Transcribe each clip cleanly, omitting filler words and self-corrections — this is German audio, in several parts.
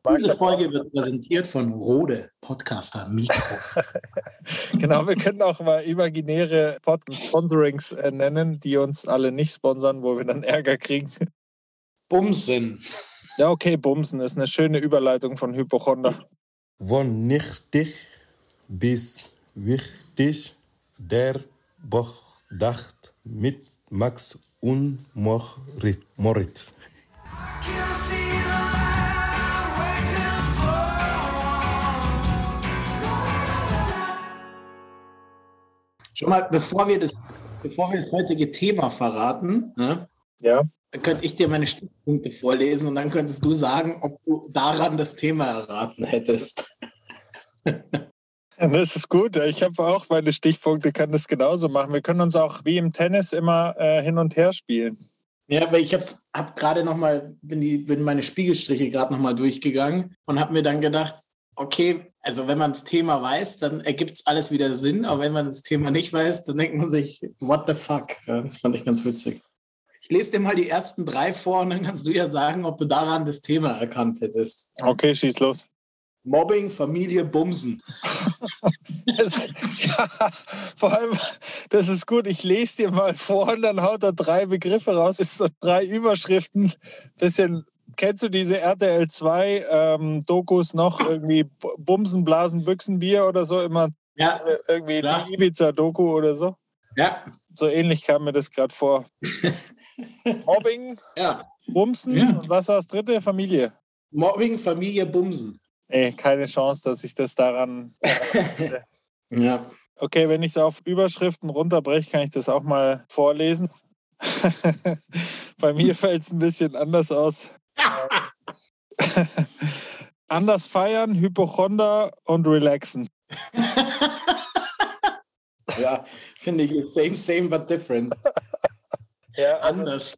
Diese Folge wird präsentiert von Rode Podcaster Mikro. Genau, wir können auch mal imaginäre Sponsorings nennen, die uns alle nicht sponsern, wo wir dann Ärger kriegen. Bumsen. Ja, okay, Bumsen ist eine schöne Überleitung von Hypochonder. Von nichtig bis wichtig, der Bedacht mit Max und Moritz. Schon mal, bevor wir das heutige Thema verraten, ne, Ja. dann könnte ich dir meine Stichpunkte vorlesen und dann könntest du sagen, ob du daran das Thema erraten hättest. Das ist gut. Ich habe auch meine Stichpunkte, kann das genauso machen. Wir können uns auch wie im Tennis immer hin und her spielen. Ja, weil ich hab gerade nochmal, bin meine Spiegelstriche gerade nochmal durchgegangen und habe mir dann gedacht, okay, also wenn man das Thema weiß, dann ergibt es alles wieder Sinn, aber wenn man das Thema nicht weiß, dann denkt man sich, what the fuck? Ja, das fand ich ganz witzig. Ich lese dir mal die ersten 3 vor und dann kannst du ja sagen, ob du daran das Thema erkannt hättest. Okay, schieß los. Mobbing, Familie, Bumsen. Ja, vor allem, das ist gut. Ich lese dir mal vor und dann haut er 3 Begriffe raus. Es sind so 3 Überschriften. Bisschen, kennst du diese RTL 2 Dokus noch? Irgendwie Bumsen, Blasen, Büchsen, Bier oder so? Immer Ja, irgendwie klar. die Ibiza-Doku oder so. Ja, So ähnlich kam mir das gerade vor. Mobbing, ja. Bumsen Ja. und was war das dritte? Familie. Mobbing, Familie, Bumsen. Ey, keine Chance, dass ich das daran... Ja. Okay, wenn ich es auf Überschriften runterbreche, kann ich das auch mal vorlesen. Bei mir fällt es ein bisschen anders aus. Anders feiern, Hypochonder und relaxen. Ja, finde ich same, but different. Ja, Anders.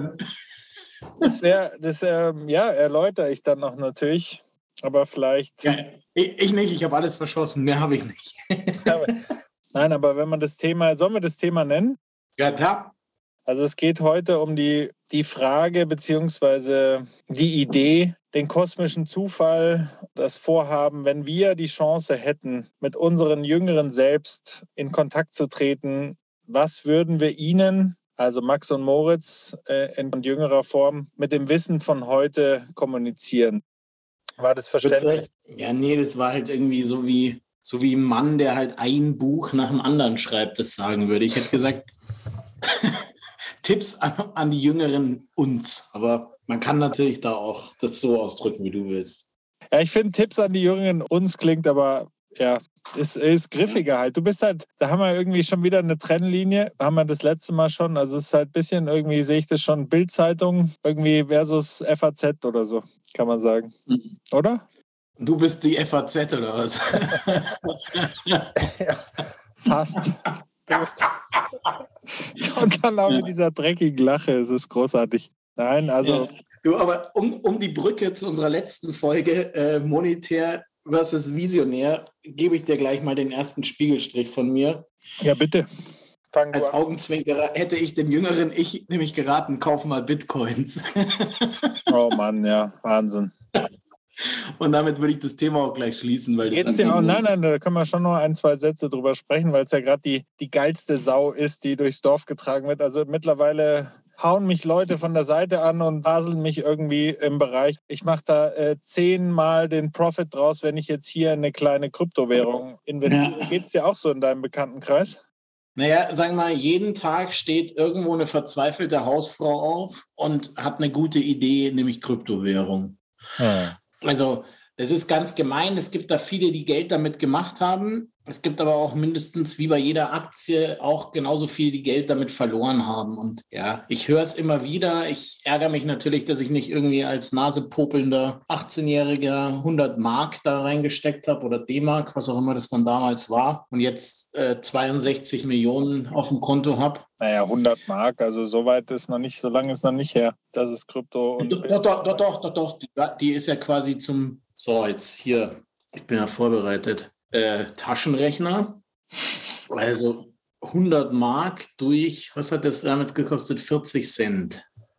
das erläutere ich dann noch natürlich. Aber vielleicht... Ja, ich nicht, ich habe alles verschossen, mehr habe ich nicht. Nein, aber wenn man das Thema... Sollen wir das Thema nennen? Ja, klar. Also es geht heute um die Frage beziehungsweise die Idee, den kosmischen Zufall, das Vorhaben, wenn wir die Chance hätten, mit unseren Jüngeren selbst in Kontakt zu treten, was würden wir ihnen, also Max und Moritz in jüngerer Form, mit dem Wissen von heute kommunizieren? War das verständlich? Ja, nee, das war halt irgendwie so wie ein Mann, der halt ein Buch nach dem anderen schreibt, das sagen würde. Ich hätte gesagt, Tipps an die Jüngeren uns. Aber man kann natürlich da auch das so ausdrücken, wie du willst. Ja, ich finde, Tipps an die Jüngeren uns klingt aber, ja, ist griffiger halt. Du bist halt, da haben wir irgendwie schon wieder eine Trennlinie, haben wir das letzte Mal schon. Also es ist halt ein bisschen, irgendwie sehe ich das schon, Bild-Zeitung irgendwie versus FAZ oder so, kann man sagen. Mhm. Oder? Du bist die FAZ oder was? Ja, fast. Und dann auch mit dieser dreckigen Lache, es ist großartig. Nein, also... Ja. Du, aber um die Brücke zu unserer letzten Folge, monetär versus visionär, gebe ich dir gleich mal den ersten Spiegelstrich von mir. Ja, bitte. Als Augenzwinkerer hätte ich dem jüngeren Ich nämlich geraten, kauf mal Bitcoins. Oh Mann, ja, Wahnsinn. Und damit würde ich das Thema auch gleich schließen. Weil Geht's ja auch, nein, da können wir schon noch 1, 2 Sätze drüber sprechen, weil es ja gerade die geilste Sau ist, die durchs Dorf getragen wird. Also mittlerweile hauen mich Leute von der Seite an und faseln mich irgendwie im Bereich. Ich mache da 10-mal den Profit draus, wenn ich jetzt hier in eine kleine Kryptowährung investiere. Ja. Geht es dir auch so in deinem Bekanntenkreis? Naja, sagen wir mal, jeden Tag steht irgendwo eine verzweifelte Hausfrau auf und hat eine gute Idee, nämlich Kryptowährung. Ja. Also das ist ganz gemein. Es gibt da viele, die Geld damit gemacht haben. Es gibt aber auch mindestens wie bei jeder Aktie auch genauso viele, die Geld damit verloren haben. Und ja, ich höre es immer wieder. Ich ärgere mich natürlich, dass ich nicht irgendwie als nasepopelnder 18-Jähriger 100 Mark da reingesteckt habe oder D-Mark, was auch immer das dann damals war. Und jetzt 62 Millionen auf dem Konto habe. Naja, 100 Mark, also so weit ist noch nicht, so lange ist noch nicht her. Das ist Krypto. Und Doch. Die ist ja quasi zum... So, jetzt hier, ich bin ja vorbereitet. Taschenrechner, also 100 Mark durch, was hat das damals gekostet? 40 Cent.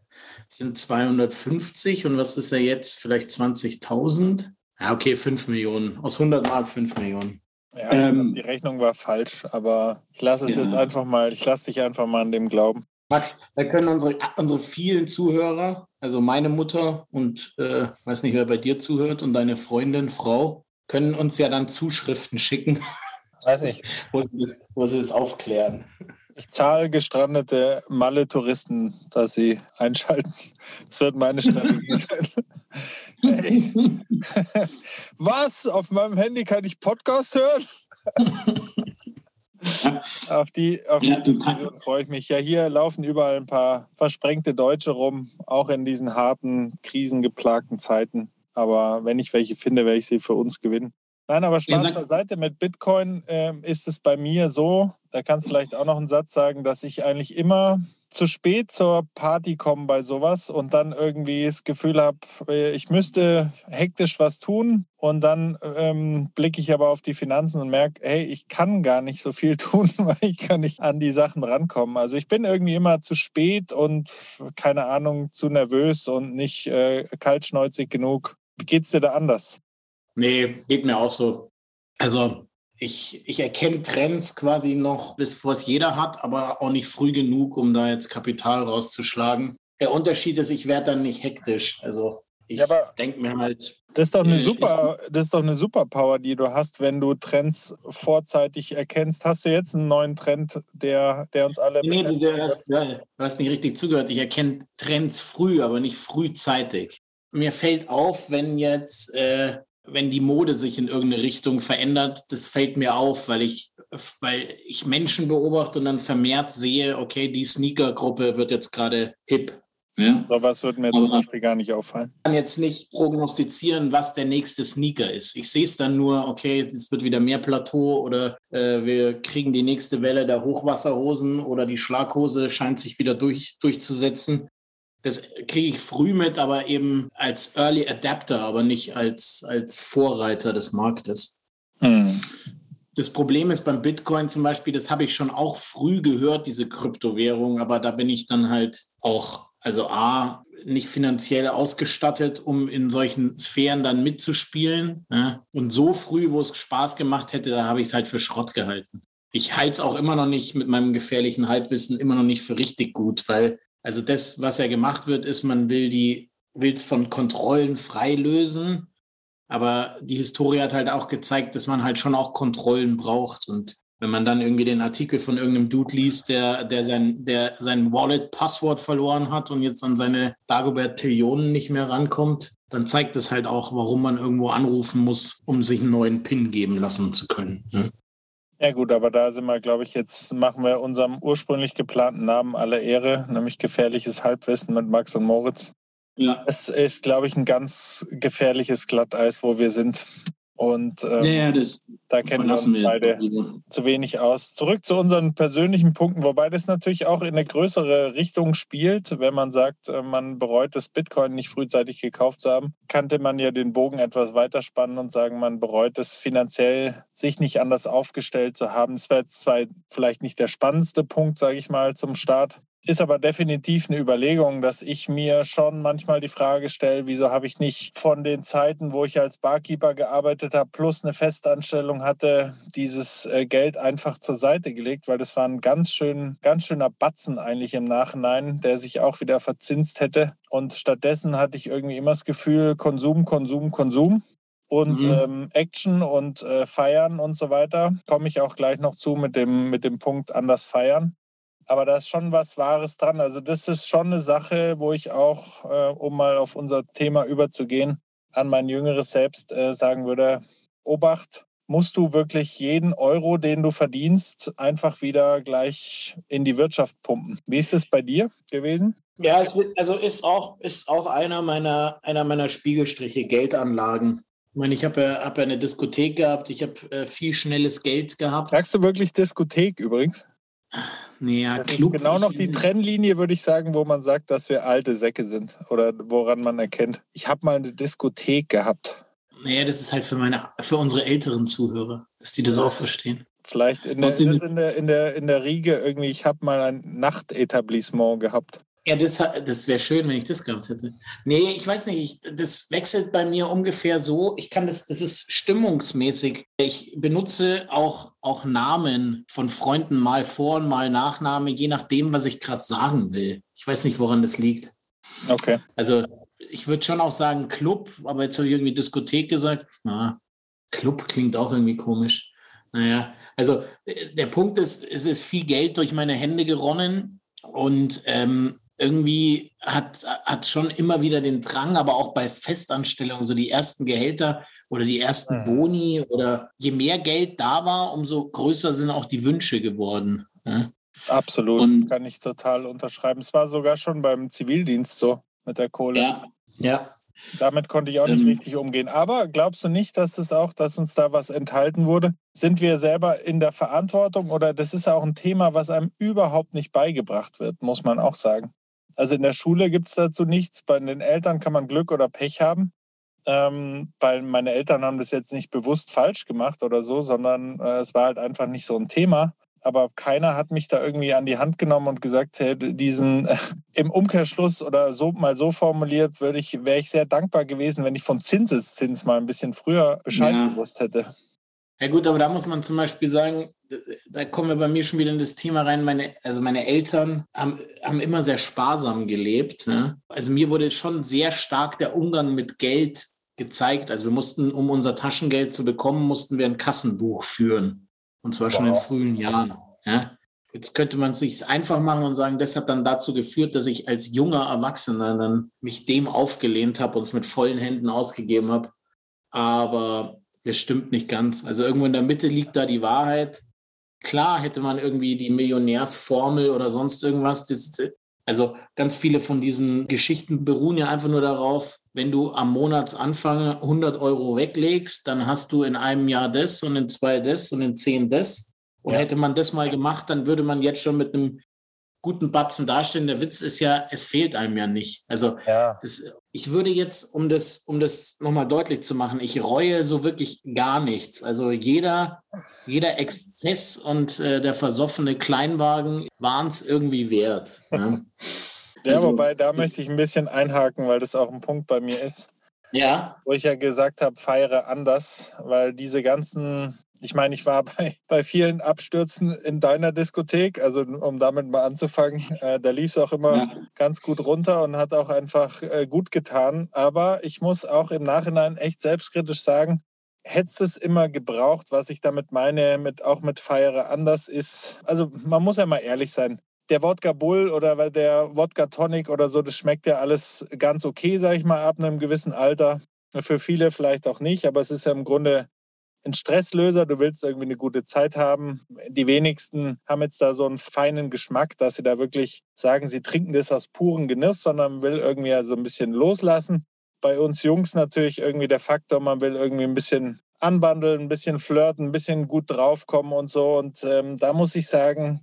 sind 250 und was ist er jetzt? Vielleicht 20.000? Ja, okay, 5 Millionen. Aus 100 Mark 5 Millionen. Ja, die Rechnung war falsch, aber ich lasse es jetzt einfach mal, ich lasse dich einfach mal an dem glauben. Max, da können unsere vielen Zuhörer, also meine Mutter und weiß nicht, wer bei dir zuhört und deine Freundin, Frau, können uns ja dann Zuschriften schicken. Weiß ich. Wo sie das aufklären. Ich zahle gestrandete Malle-Touristen, dass sie einschalten. Das wird meine Strategie sein. Hey. Was? Auf meinem Handy kann ich Podcast hören? Auf die Diskussion freue ich mich. Ja, hier laufen überall ein paar versprengte Deutsche rum, auch in diesen harten, krisengeplagten Zeiten. Aber wenn ich welche finde, werde ich sie für uns gewinnen. Nein, aber Spaß beiseite. Mit Bitcoin ist es bei mir so, da kannst du vielleicht auch noch einen Satz sagen, dass ich eigentlich immer zu spät zur Party komme bei sowas und dann irgendwie das Gefühl habe, ich müsste hektisch was tun und dann blicke ich aber auf die Finanzen und merke, hey, ich kann gar nicht so viel tun, weil ich kann nicht an die Sachen rankommen. Also ich bin irgendwie immer zu spät und, keine Ahnung, zu nervös und nicht kaltschnäuzig genug. Wie geht's dir da anders? Nee, geht mir auch so. Also ich erkenne Trends quasi noch, bevor es jeder hat, aber auch nicht früh genug, um da jetzt Kapital rauszuschlagen. Der Unterschied ist, ich werde dann nicht hektisch. Also ich denke mir halt... Das ist doch eine Superpower, die du hast, wenn du Trends vorzeitig erkennst. Hast du jetzt einen neuen Trend, der uns alle... Nee, du hast nicht richtig zugehört. Ich erkenne Trends früh, aber nicht frühzeitig. Mir fällt auf, wenn die Mode sich in irgendeine Richtung verändert, das fällt mir auf, weil ich Menschen beobachte und dann vermehrt sehe, okay, die Sneaker-Gruppe wird jetzt gerade hip. Ja? So was wird mir zum Beispiel gar nicht auffallen. Ich kann jetzt nicht prognostizieren, was der nächste Sneaker ist. Ich sehe es dann nur, okay, es wird wieder mehr Plateau oder wir kriegen die nächste Welle der Hochwasserhosen oder die Schlaghose scheint sich wieder durchzusetzen. Das kriege ich früh mit, aber eben als Early Adapter, aber nicht als Vorreiter des Marktes. Das Problem ist beim Bitcoin zum Beispiel, das habe ich schon auch früh gehört, diese Kryptowährung, aber da bin ich dann halt auch, also nicht finanziell ausgestattet, um in solchen Sphären dann mitzuspielen. Ne? Und so früh, wo es Spaß gemacht hätte, da habe ich es halt für Schrott gehalten. Ich halte es auch immer noch nicht mit meinem gefährlichen Halbwissen immer noch nicht für richtig gut, weil also das, was ja gemacht wird, ist, man will es von Kontrollen freilösen, aber die Historie hat halt auch gezeigt, dass man halt schon auch Kontrollen braucht. Und wenn man dann irgendwie den Artikel von irgendeinem Dude liest, der sein Wallet-Passwort verloren hat und jetzt an seine Dagobert-Trillionen nicht mehr rankommt, dann zeigt das halt auch, warum man irgendwo anrufen muss, um sich einen neuen PIN geben lassen zu können. Ne? Ja gut, aber da sind wir, glaube ich, jetzt machen wir unserem ursprünglich geplanten Namen alle Ehre, nämlich gefährliches Halbwissen mit Max und Moritz. Ja. Es ist, glaube ich, ein ganz gefährliches Glatteis, wo wir sind. Und da kennen wir uns beide zu wenig aus. Zurück zu unseren persönlichen Punkten, wobei das natürlich auch in eine größere Richtung spielt. Wenn man sagt, man bereut das Bitcoin nicht frühzeitig gekauft zu haben, könnte man ja den Bogen etwas weiterspannen und sagen, man bereut es finanziell, sich nicht anders aufgestellt zu haben. Das wäre jetzt zwar vielleicht nicht der spannendste Punkt, sage ich mal, zum Start. Ist aber definitiv eine Überlegung, dass ich mir schon manchmal die Frage stelle, wieso habe ich nicht von den Zeiten, wo ich als Barkeeper gearbeitet habe, plus eine Festanstellung hatte, dieses Geld einfach zur Seite gelegt, weil das war ein ganz schöner Batzen eigentlich im Nachhinein, der sich auch wieder verzinst hätte. Und stattdessen hatte ich irgendwie immer das Gefühl, Konsum und Action und Feiern und so weiter. Komme ich auch gleich noch zu mit dem Punkt anders feiern. Aber da ist schon was Wahres dran. Also das ist schon eine Sache, wo ich auch, um mal auf unser Thema überzugehen, an mein jüngeres Selbst sagen würde, Obacht, musst du wirklich jeden Euro, den du verdienst, einfach wieder gleich in die Wirtschaft pumpen. Wie ist es bei dir gewesen? Ja, ist auch einer meiner Spiegelstriche, Geldanlagen. Ich meine, ich habe ja eine Diskothek gehabt, ich habe viel schnelles Geld gehabt. Sagst du wirklich Diskothek übrigens? Nee, ja, das ist genau noch die Trennlinie, würde ich sagen, wo man sagt, dass wir alte Säcke sind oder woran man erkennt. Ich habe mal eine Diskothek gehabt. Naja, das ist halt für unsere älteren Zuhörer, dass die das auch verstehen. Vielleicht in der Riege irgendwie, ich habe mal ein Nachtetablissement gehabt. Ja, das wäre schön, wenn ich das gehabt hätte. Nee, ich weiß nicht, das wechselt bei mir ungefähr so. Das ist stimmungsmäßig. Ich benutze auch Namen von Freunden mal Vor- und mal Nachname, je nachdem, was ich gerade sagen will. Ich weiß nicht, woran das liegt. Okay. Also ich würde schon auch sagen Club, aber jetzt habe ich irgendwie Diskothek gesagt. Na, Club klingt auch irgendwie komisch. Naja, also der Punkt ist, es ist viel Geld durch meine Hände geronnen und irgendwie hat schon immer wieder den Drang, aber auch bei Festanstellungen, so die ersten Gehälter oder die ersten Boni oder je mehr Geld da war, umso größer sind auch die Wünsche geworden. Ja? Absolut, Und kann ich total unterschreiben. Es war sogar schon beim Zivildienst so mit der Kohle. ja. Damit konnte ich auch nicht richtig umgehen. Aber glaubst du nicht, dass uns da was enthalten wurde? Sind wir selber in der Verantwortung oder das ist ja auch ein Thema, was einem überhaupt nicht beigebracht wird, muss man auch sagen. Also in der Schule gibt es dazu nichts. Bei den Eltern kann man Glück oder Pech haben. Meine Eltern haben das jetzt nicht bewusst falsch gemacht oder so, sondern es war halt einfach nicht so ein Thema. Aber keiner hat mich da irgendwie an die Hand genommen und gesagt, hey, im Umkehrschluss oder so mal so formuliert, wäre ich sehr dankbar gewesen, wenn ich von Zinseszins mal ein bisschen früher Bescheid gewusst hätte. Ja gut, aber da muss man zum Beispiel sagen, da kommen wir bei mir schon wieder in das Thema rein. Meine Eltern haben immer sehr sparsam gelebt. Ne? Also mir wurde schon sehr stark der Umgang mit Geld gezeigt. Also wir mussten, um unser Taschengeld zu bekommen, mussten wir ein Kassenbuch führen. Und zwar schon in frühen Jahren. Ja? Jetzt könnte man es sich einfach machen und sagen, das hat dann dazu geführt, dass ich als junger Erwachsener dann mich dem aufgelehnt habe und es mit vollen Händen ausgegeben habe. Aber das stimmt nicht ganz. Also irgendwo in der Mitte liegt da die Wahrheit. Klar hätte man irgendwie die Millionärsformel oder sonst irgendwas. Also ganz viele von diesen Geschichten beruhen ja einfach nur darauf, wenn du am Monatsanfang 100 Euro weglegst, dann hast du in einem Jahr das und in 2 das und in 10 das. Und hätte man das mal gemacht, dann würde man jetzt schon mit einem guten Batzen dastehen. Der Witz ist ja, es fehlt einem ja nicht. Also ich würde jetzt, um das nochmal deutlich zu machen, ich reue so wirklich gar nichts. Also jeder Exzess und der versoffene Kleinwagen waren es irgendwie wert. Ne? Also, wobei, da möchte ich ein bisschen einhaken, weil das auch ein Punkt bei mir ist. Ja. Wo ich ja gesagt habe, feiere anders, weil diese ganzen, ich meine, ich war bei vielen Abstürzen in deiner Diskothek, also um damit mal anzufangen, da lief es auch immer ganz gut runter und hat auch einfach gut getan. Aber ich muss auch im Nachhinein echt selbstkritisch sagen, hätte es immer gebraucht, was ich damit meine, auch mit feiere anders ist. Also man muss ja mal ehrlich sein. Der Wodka Bull oder der Wodka Tonic oder so, das schmeckt ja alles ganz okay, sag ich mal, ab einem gewissen Alter. Für viele vielleicht auch nicht, aber es ist ja im Grunde ein Stresslöser. Du willst irgendwie eine gute Zeit haben. Die wenigsten haben jetzt da so einen feinen Geschmack, dass sie da wirklich sagen, sie trinken das aus purem Genuss, sondern will irgendwie ja so ein bisschen loslassen. Bei uns Jungs natürlich irgendwie der Faktor, man will irgendwie ein bisschen anbandeln, ein bisschen flirten, ein bisschen gut draufkommen und so. Und da muss ich sagen,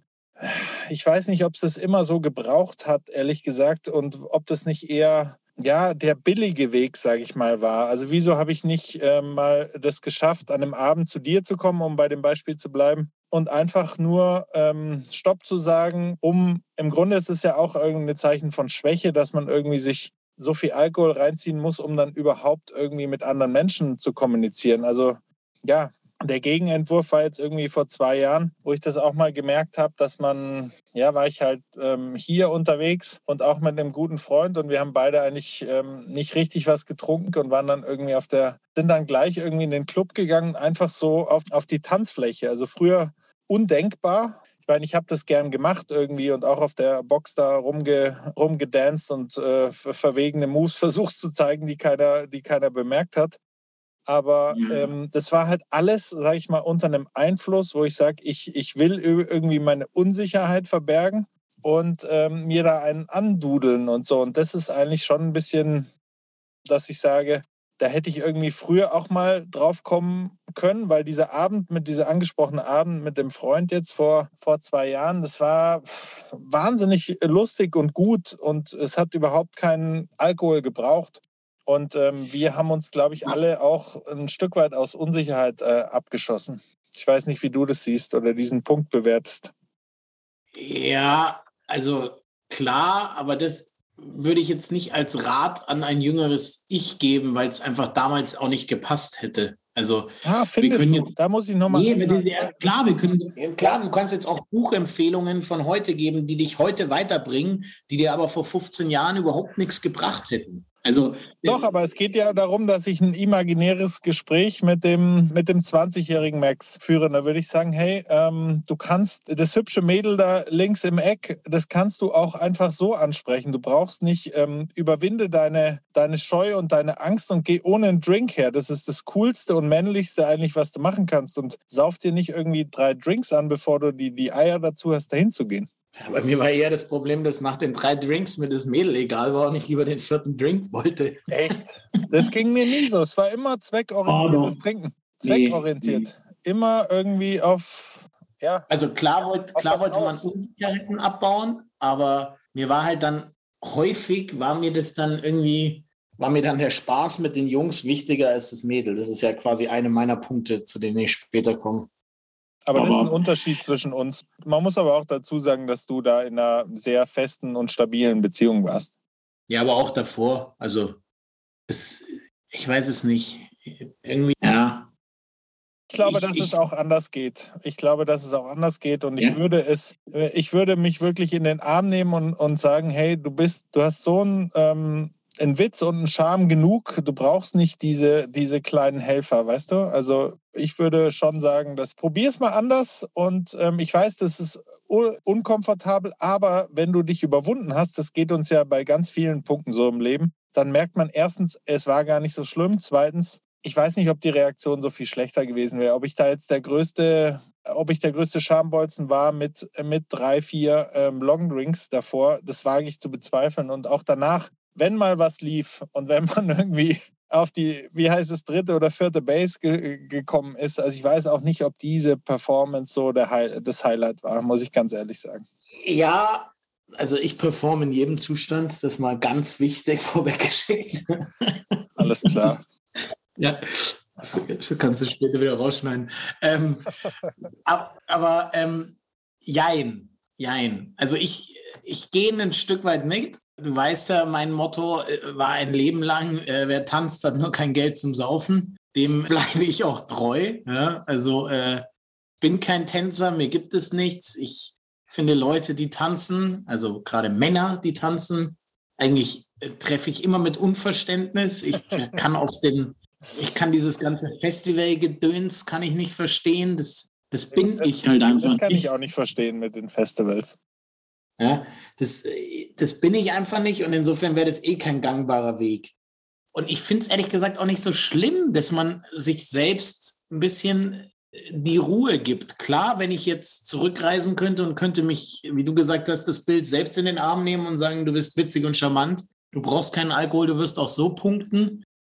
ich weiß nicht, ob es das immer so gebraucht hat, ehrlich gesagt, und ob das nicht eher der billige Weg, sage ich mal, war. Also wieso habe ich nicht mal das geschafft, an einem Abend zu dir zu kommen, um bei dem Beispiel zu bleiben, und einfach nur Stopp zu sagen, im Grunde ist es ja auch irgendein Zeichen von Schwäche, dass man irgendwie sich so viel Alkohol reinziehen muss, um dann überhaupt irgendwie mit anderen Menschen zu kommunizieren. Also ja, der Gegenentwurf war jetzt irgendwie vor 2 Jahren, wo ich das auch mal gemerkt habe, dass war ich halt hier unterwegs und auch mit einem guten Freund und wir haben beide eigentlich nicht richtig was getrunken und waren dann irgendwie sind dann gleich irgendwie in den Club gegangen, einfach so auf die Tanzfläche. Also früher undenkbar. Ich meine, ich habe das gern gemacht irgendwie und auch auf der Box da rumgedanced und verwegene Moves versucht zu zeigen, die keiner bemerkt hat. Aber das war halt alles, sage ich mal, unter einem Einfluss, wo ich sage, ich will irgendwie meine Unsicherheit verbergen und mir da einen andudeln und so. Und das ist eigentlich schon ein bisschen, dass ich sage, da hätte ich irgendwie früher auch mal drauf kommen können, weil dieser angesprochene Abend mit dem Freund jetzt vor 2 Jahren, das war wahnsinnig lustig und gut und es hat überhaupt keinen Alkohol gebraucht. Und wir haben uns, glaube ich, alle auch ein Stück weit aus Unsicherheit abgeschossen. Ich weiß nicht, wie du das siehst oder diesen Punkt bewertest. Ja, also klar, aber das würde ich jetzt nicht als Rat an ein jüngeres Ich geben, weil es einfach damals auch nicht gepasst hätte. Also findest du? Da muss ich nochmal. Klar, du kannst jetzt auch Buchempfehlungen von heute geben, die dich heute weiterbringen, die dir aber vor 15 Jahren überhaupt nichts gebracht hätten. Also, doch, aber es geht ja darum, dass ich ein imaginäres Gespräch mit dem 20-jährigen Max führe. Da würde ich sagen, hey, du kannst das hübsche Mädel da links im Eck, das kannst du auch einfach so ansprechen. Du brauchst nicht, überwinde deine Scheu und deine Angst und geh ohne einen Drink her. Das ist das Coolste und Männlichste eigentlich, was du machen kannst. Und sauf dir nicht irgendwie 3 Drinks an, bevor du die Eier dazu hast, dahin zu gehen. Ja, bei mir war eher das Problem, dass nach den 3 Drinks mir das Mädel egal war und ich lieber den 4. Drink wollte. Echt? Das ging mir nie so. Es war immer zweckorientiertes Trinken. Zweckorientiert. Nee. Immer irgendwie auf, ja. Also klar wollte man Unsicherheiten abbauen, aber mir war halt dann häufig, war mir dann der Spaß mit den Jungs wichtiger als das Mädel. Das ist ja quasi eine meiner Punkte, zu denen ich später komme. Aber das ist ein Unterschied zwischen uns. Man muss aber auch dazu sagen, dass du da in einer sehr festen und stabilen Beziehung warst. Ja, aber auch davor. Also, ich weiß es nicht. Irgendwie, ja. Ich glaube, dass es auch anders geht. Und ich würde mich wirklich in den Arm nehmen und sagen, hey, du hast so ein Witz und ein Charme genug. Du brauchst nicht diese kleinen Helfer, weißt du? Also ich würde schon sagen, probier's mal anders. Und ich weiß, das ist unkomfortabel, aber wenn du dich überwunden hast, das geht uns ja bei ganz vielen Punkten so im Leben, dann merkt man erstens, es war gar nicht so schlimm. Zweitens, ich weiß nicht, ob die Reaktion so viel schlechter gewesen wäre. Ob ich der größte Schambolzen war mit 3, 4 Longdrinks davor, das wage ich zu bezweifeln. Und auch danach, wenn mal was lief und wenn man irgendwie auf die, 3. oder 4. Base gekommen ist, also ich weiß auch nicht, ob diese Performance so das Highlight war, muss ich ganz ehrlich sagen. Ja, also ich performe in jedem Zustand, das mal ganz wichtig vorweggeschickt. Alles klar. Ja, das kannst du später wieder rausschneiden. Aber jein. Also ich gehe ein Stück weit mit. Du weißt ja, mein Motto war ein Leben lang, wer tanzt, hat nur kein Geld zum Saufen. Dem bleibe ich auch treu. Ja? Also bin kein Tänzer, mir gibt es nichts. Ich finde Leute, die tanzen, also gerade Männer, die tanzen, eigentlich treffe ich immer mit Unverständnis. Ich kann dieses ganze Festival-Gedöns kann ich nicht verstehen. Das bin ich halt einfach nicht. Das kann ich auch nicht verstehen mit den Festivals. Ja, das bin ich einfach nicht und insofern wäre das kein gangbarer Weg. Und ich finde es ehrlich gesagt auch nicht so schlimm, dass man sich selbst ein bisschen die Ruhe gibt. Klar, wenn ich jetzt zurückreisen könnte und könnte mich, wie du gesagt hast, das Bild selbst in den Arm nehmen und sagen, du bist witzig und charmant, du brauchst keinen Alkohol, du wirst auch so punkten,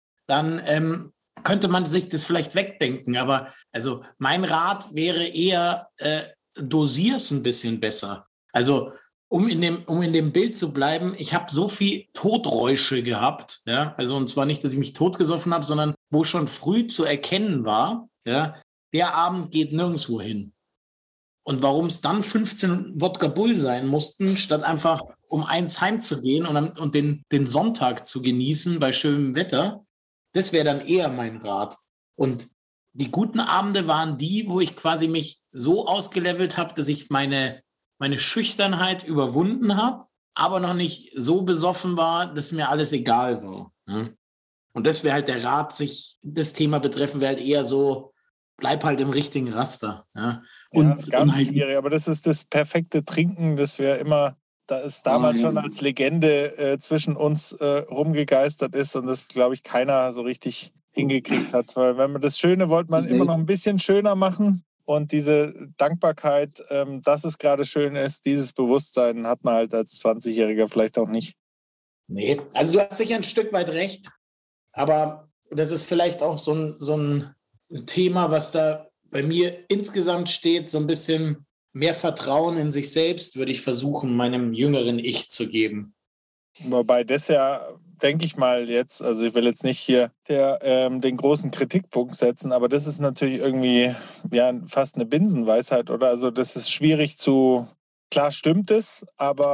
dann könnte man sich das vielleicht wegdenken. Aber also mein Rat wäre eher, dosier's ein bisschen besser. Also um in dem Bild zu bleiben, ich habe so viel Todräusche gehabt, ja, also und zwar nicht, dass ich mich totgesoffen habe, sondern wo schon früh zu erkennen war, ja, der Abend geht nirgendwo hin. Und warum es dann 15 Wodka Bull sein mussten, statt einfach um 1 heimzugehen und den Sonntag zu genießen bei schönem Wetter, das wäre dann eher mein Rat. Und die guten Abende waren die, wo ich quasi mich so ausgelevelt habe, dass ich meine Schüchternheit überwunden habe, aber noch nicht so besoffen war, dass mir alles egal war. Ne? Und das wäre halt der Rat, sich das Thema betreffen, wäre halt eher so, bleib halt im richtigen Raster. Ja? Und ganz halt schwierig, aber das ist das perfekte Trinken, das wir immer, da ist damals schon als Legende zwischen uns rumgegeistert ist und das, glaube ich, keiner so richtig hingekriegt hat. Weil wenn man das Schöne wollte, man immer noch ein bisschen schöner machen. Und diese Dankbarkeit, dass es gerade schön ist, dieses Bewusstsein hat man halt als 20-Jähriger vielleicht auch nicht. Nee, also du hast sicher ein Stück weit recht, aber das ist vielleicht auch so ein Thema, was da bei mir insgesamt steht, so ein bisschen mehr Vertrauen in sich selbst würde ich versuchen, meinem jüngeren Ich zu geben. Wobei das ja, denke ich mal jetzt, also ich will jetzt nicht hier den großen Kritikpunkt setzen, aber das ist natürlich irgendwie ja fast eine Binsenweisheit, oder? Also das ist schwierig klar stimmt es, aber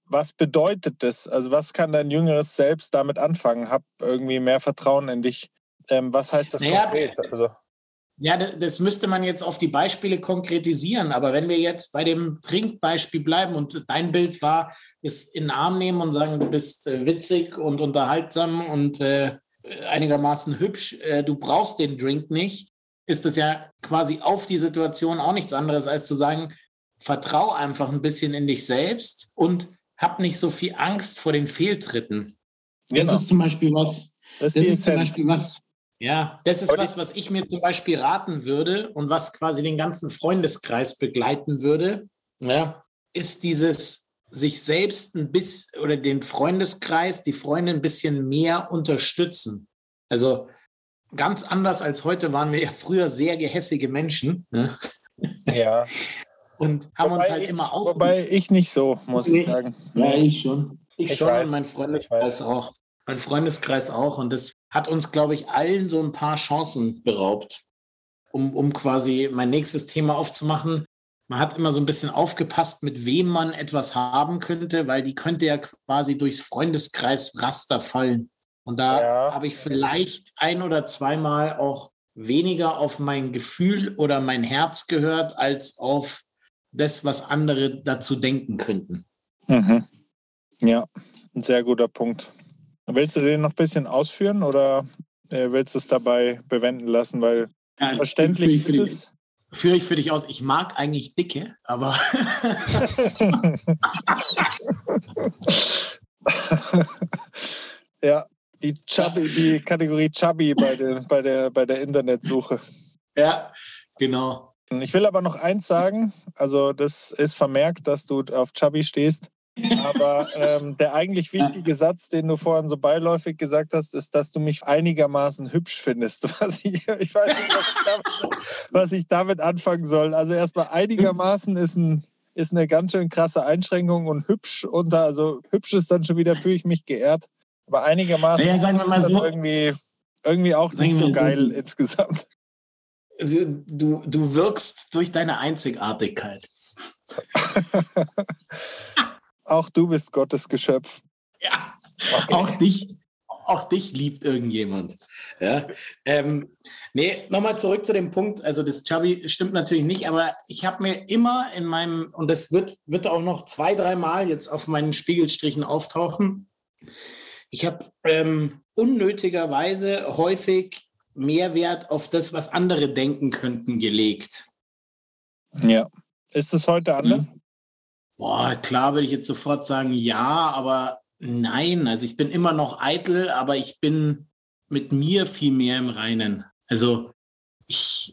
was bedeutet das? Also was kann dein jüngeres Selbst damit anfangen? Hab irgendwie mehr Vertrauen in dich. Was heißt das konkret? Also ja, das müsste man jetzt auf die Beispiele konkretisieren. Aber wenn wir jetzt bei dem Trinkbeispiel bleiben und dein Bild war, es in den Arm nehmen und sagen, du bist witzig und unterhaltsam und einigermaßen hübsch, du brauchst den Drink nicht, ist es ja quasi auf die Situation auch nichts anderes, als zu sagen, vertrau einfach ein bisschen in dich selbst und hab nicht so viel Angst vor den Fehltritten. Genau. Das ist zum Beispiel was. Das ist zum Beispiel was. Ja, das ist was ich mir zum Beispiel raten würde und was quasi den ganzen Freundeskreis begleiten würde, ja, ist dieses sich selbst ein bisschen oder den Freundeskreis, die Freunde ein bisschen mehr unterstützen. Also ganz anders als heute waren wir ja früher sehr gehässige Menschen. Ne? Ja. Und haben uns halt immer auf. Wobei ich nicht so, muss ich sagen. Ja, ich schon. Ich schon weiß, und mein Freundeskreis auch. Mein Freundeskreis auch. Und das hat uns, glaube ich, allen so ein paar Chancen beraubt, um quasi mein nächstes Thema aufzumachen. Man hat immer so ein bisschen aufgepasst, mit wem man etwas haben könnte, weil die könnte ja quasi durchs Freundeskreis-Raster fallen. Und da habe ich vielleicht ein- oder zweimal auch weniger auf mein Gefühl oder mein Herz gehört, als auf das, was andere dazu denken könnten. Mhm. Ja, ein sehr guter Punkt. Willst du den noch ein bisschen ausführen oder willst du es dabei bewenden lassen? Weil verständlich ist es. Führe ich für dich aus. Ich mag eigentlich Dicke, aber... Ja, die Kategorie Chubby bei der Internetsuche. Ja, genau. Ich will aber noch eins sagen. Also das ist vermerkt, dass du auf Chubby stehst. Aber der eigentlich wichtige Satz, den du vorhin so beiläufig gesagt hast, ist, dass du mich einigermaßen hübsch findest. Ich weiß nicht, was ich damit anfangen soll. Also erstmal einigermaßen ist eine ganz schön krasse Einschränkung und hübsch also hübsch ist dann schon wieder, fühle ich mich geehrt. Aber einigermaßen sagen wir mal so, irgendwie auch nicht so geil insgesamt. Also, du wirkst durch deine Einzigartigkeit. Auch du bist Gottes Geschöpf. Ja, okay. Auch dich liebt irgendjemand. Ja. Nee, nochmal zurück zu dem Punkt, also das Chubby stimmt natürlich nicht, aber ich habe mir immer in meinem, und das wird auch noch 2-3 Mal jetzt auf meinen Spiegelstrichen auftauchen, ich habe unnötigerweise häufig Mehrwert auf das, was andere denken könnten, gelegt. Ja. Ist es heute anders? Boah, klar würde ich jetzt sofort sagen, ja, aber nein. Also ich bin immer noch eitel, aber ich bin mit mir viel mehr im Reinen. Also ich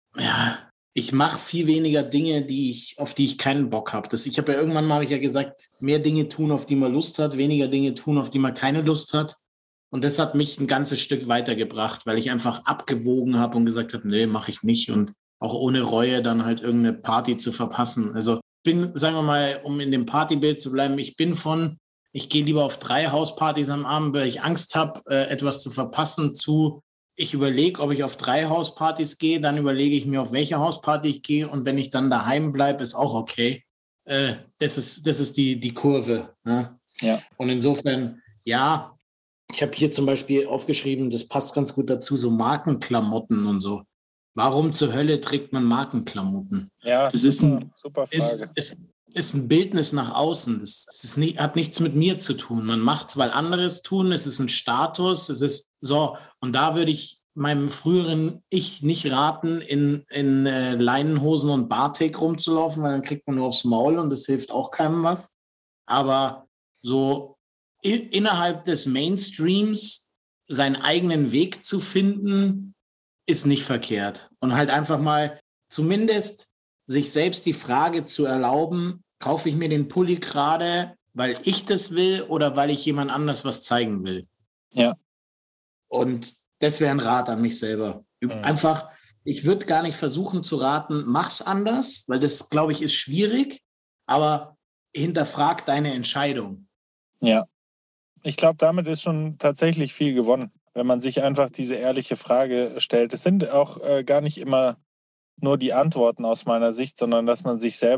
mache viel weniger Dinge, auf die ich keinen Bock habe. Ich habe ja irgendwann mal gesagt, mehr Dinge tun, auf die man Lust hat, weniger Dinge tun, auf die man keine Lust hat. Und das hat mich ein ganzes Stück weitergebracht, weil ich einfach abgewogen habe und gesagt habe, nee, mache ich nicht. Und auch ohne Reue dann halt irgendeine Party zu verpassen. Also sagen wir mal, um in dem Partybild zu bleiben, ich gehe lieber auf 3 Hauspartys am Abend, weil ich Angst habe, etwas zu verpassen, ich überlege, ob ich auf 3 Hauspartys gehe, dann überlege ich mir, auf welche Hausparty ich gehe, und wenn ich dann daheim bleibe, ist auch okay. Das ist die Kurve. Ne? Ja. Und insofern, ja, ich habe hier zum Beispiel aufgeschrieben, das passt ganz gut dazu, so Markenklamotten und so. Warum zur Hölle trägt man Markenklamotten? Ja, das super Frage. Ist ein Bildnis nach außen. Hat nichts mit mir zu tun. Man macht es, weil andere es tun. Es ist ein Status. Es ist so. Und da würde ich meinem früheren Ich nicht raten, in Leinenhosen und Batik rumzulaufen, weil dann kriegt man nur aufs Maul und das hilft auch keinem was. Aber so innerhalb des Mainstreams seinen eigenen Weg zu finden, ist nicht verkehrt. Und halt einfach mal zumindest sich selbst die Frage zu erlauben, kaufe ich mir den Pulli gerade, weil ich das will oder weil ich jemand anders was zeigen will? Ja. Und das wäre ein Rat an mich selber. Einfach, ich würde gar nicht versuchen zu raten, mach's anders, weil das, glaube ich, ist schwierig, aber hinterfrag deine Entscheidung. Ja. Ich glaube, damit ist schon tatsächlich viel gewonnen, wenn man sich einfach diese ehrliche Frage stellt. Es sind auch gar nicht immer nur die Antworten aus meiner Sicht, sondern dass man sich selber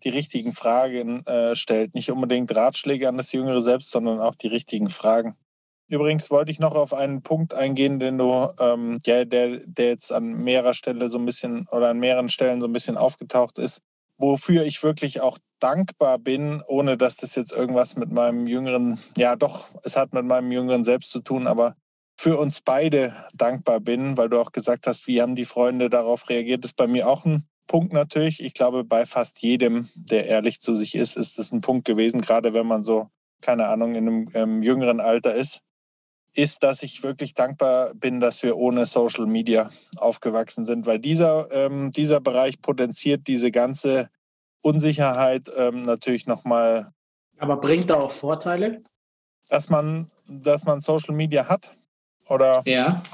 die richtigen Fragen stellt. Nicht unbedingt Ratschläge an das jüngere Selbst, sondern auch die richtigen Fragen. Übrigens wollte ich noch auf einen Punkt eingehen, den du, der jetzt an mehrerer Stelle so ein bisschen oder an mehreren Stellen so ein bisschen aufgetaucht ist, wofür ich wirklich auch dankbar bin, ohne dass das jetzt irgendwas mit meinem jüngeren, ja doch, es hat mit meinem jüngeren Selbst zu tun, aber für uns beide dankbar bin, weil du auch gesagt hast, wie haben die Freunde darauf reagiert, ist bei mir auch ein Punkt natürlich. Ich glaube, bei fast jedem, der ehrlich zu sich ist es ein Punkt gewesen, gerade wenn man so, keine Ahnung, in einem jüngeren Alter ist, dass ich wirklich dankbar bin, dass wir ohne Social Media aufgewachsen sind, weil dieser Bereich potenziert diese ganze Unsicherheit natürlich nochmal. Aber bringt da auch Vorteile? Dass man Social Media hat? Oder? Ja.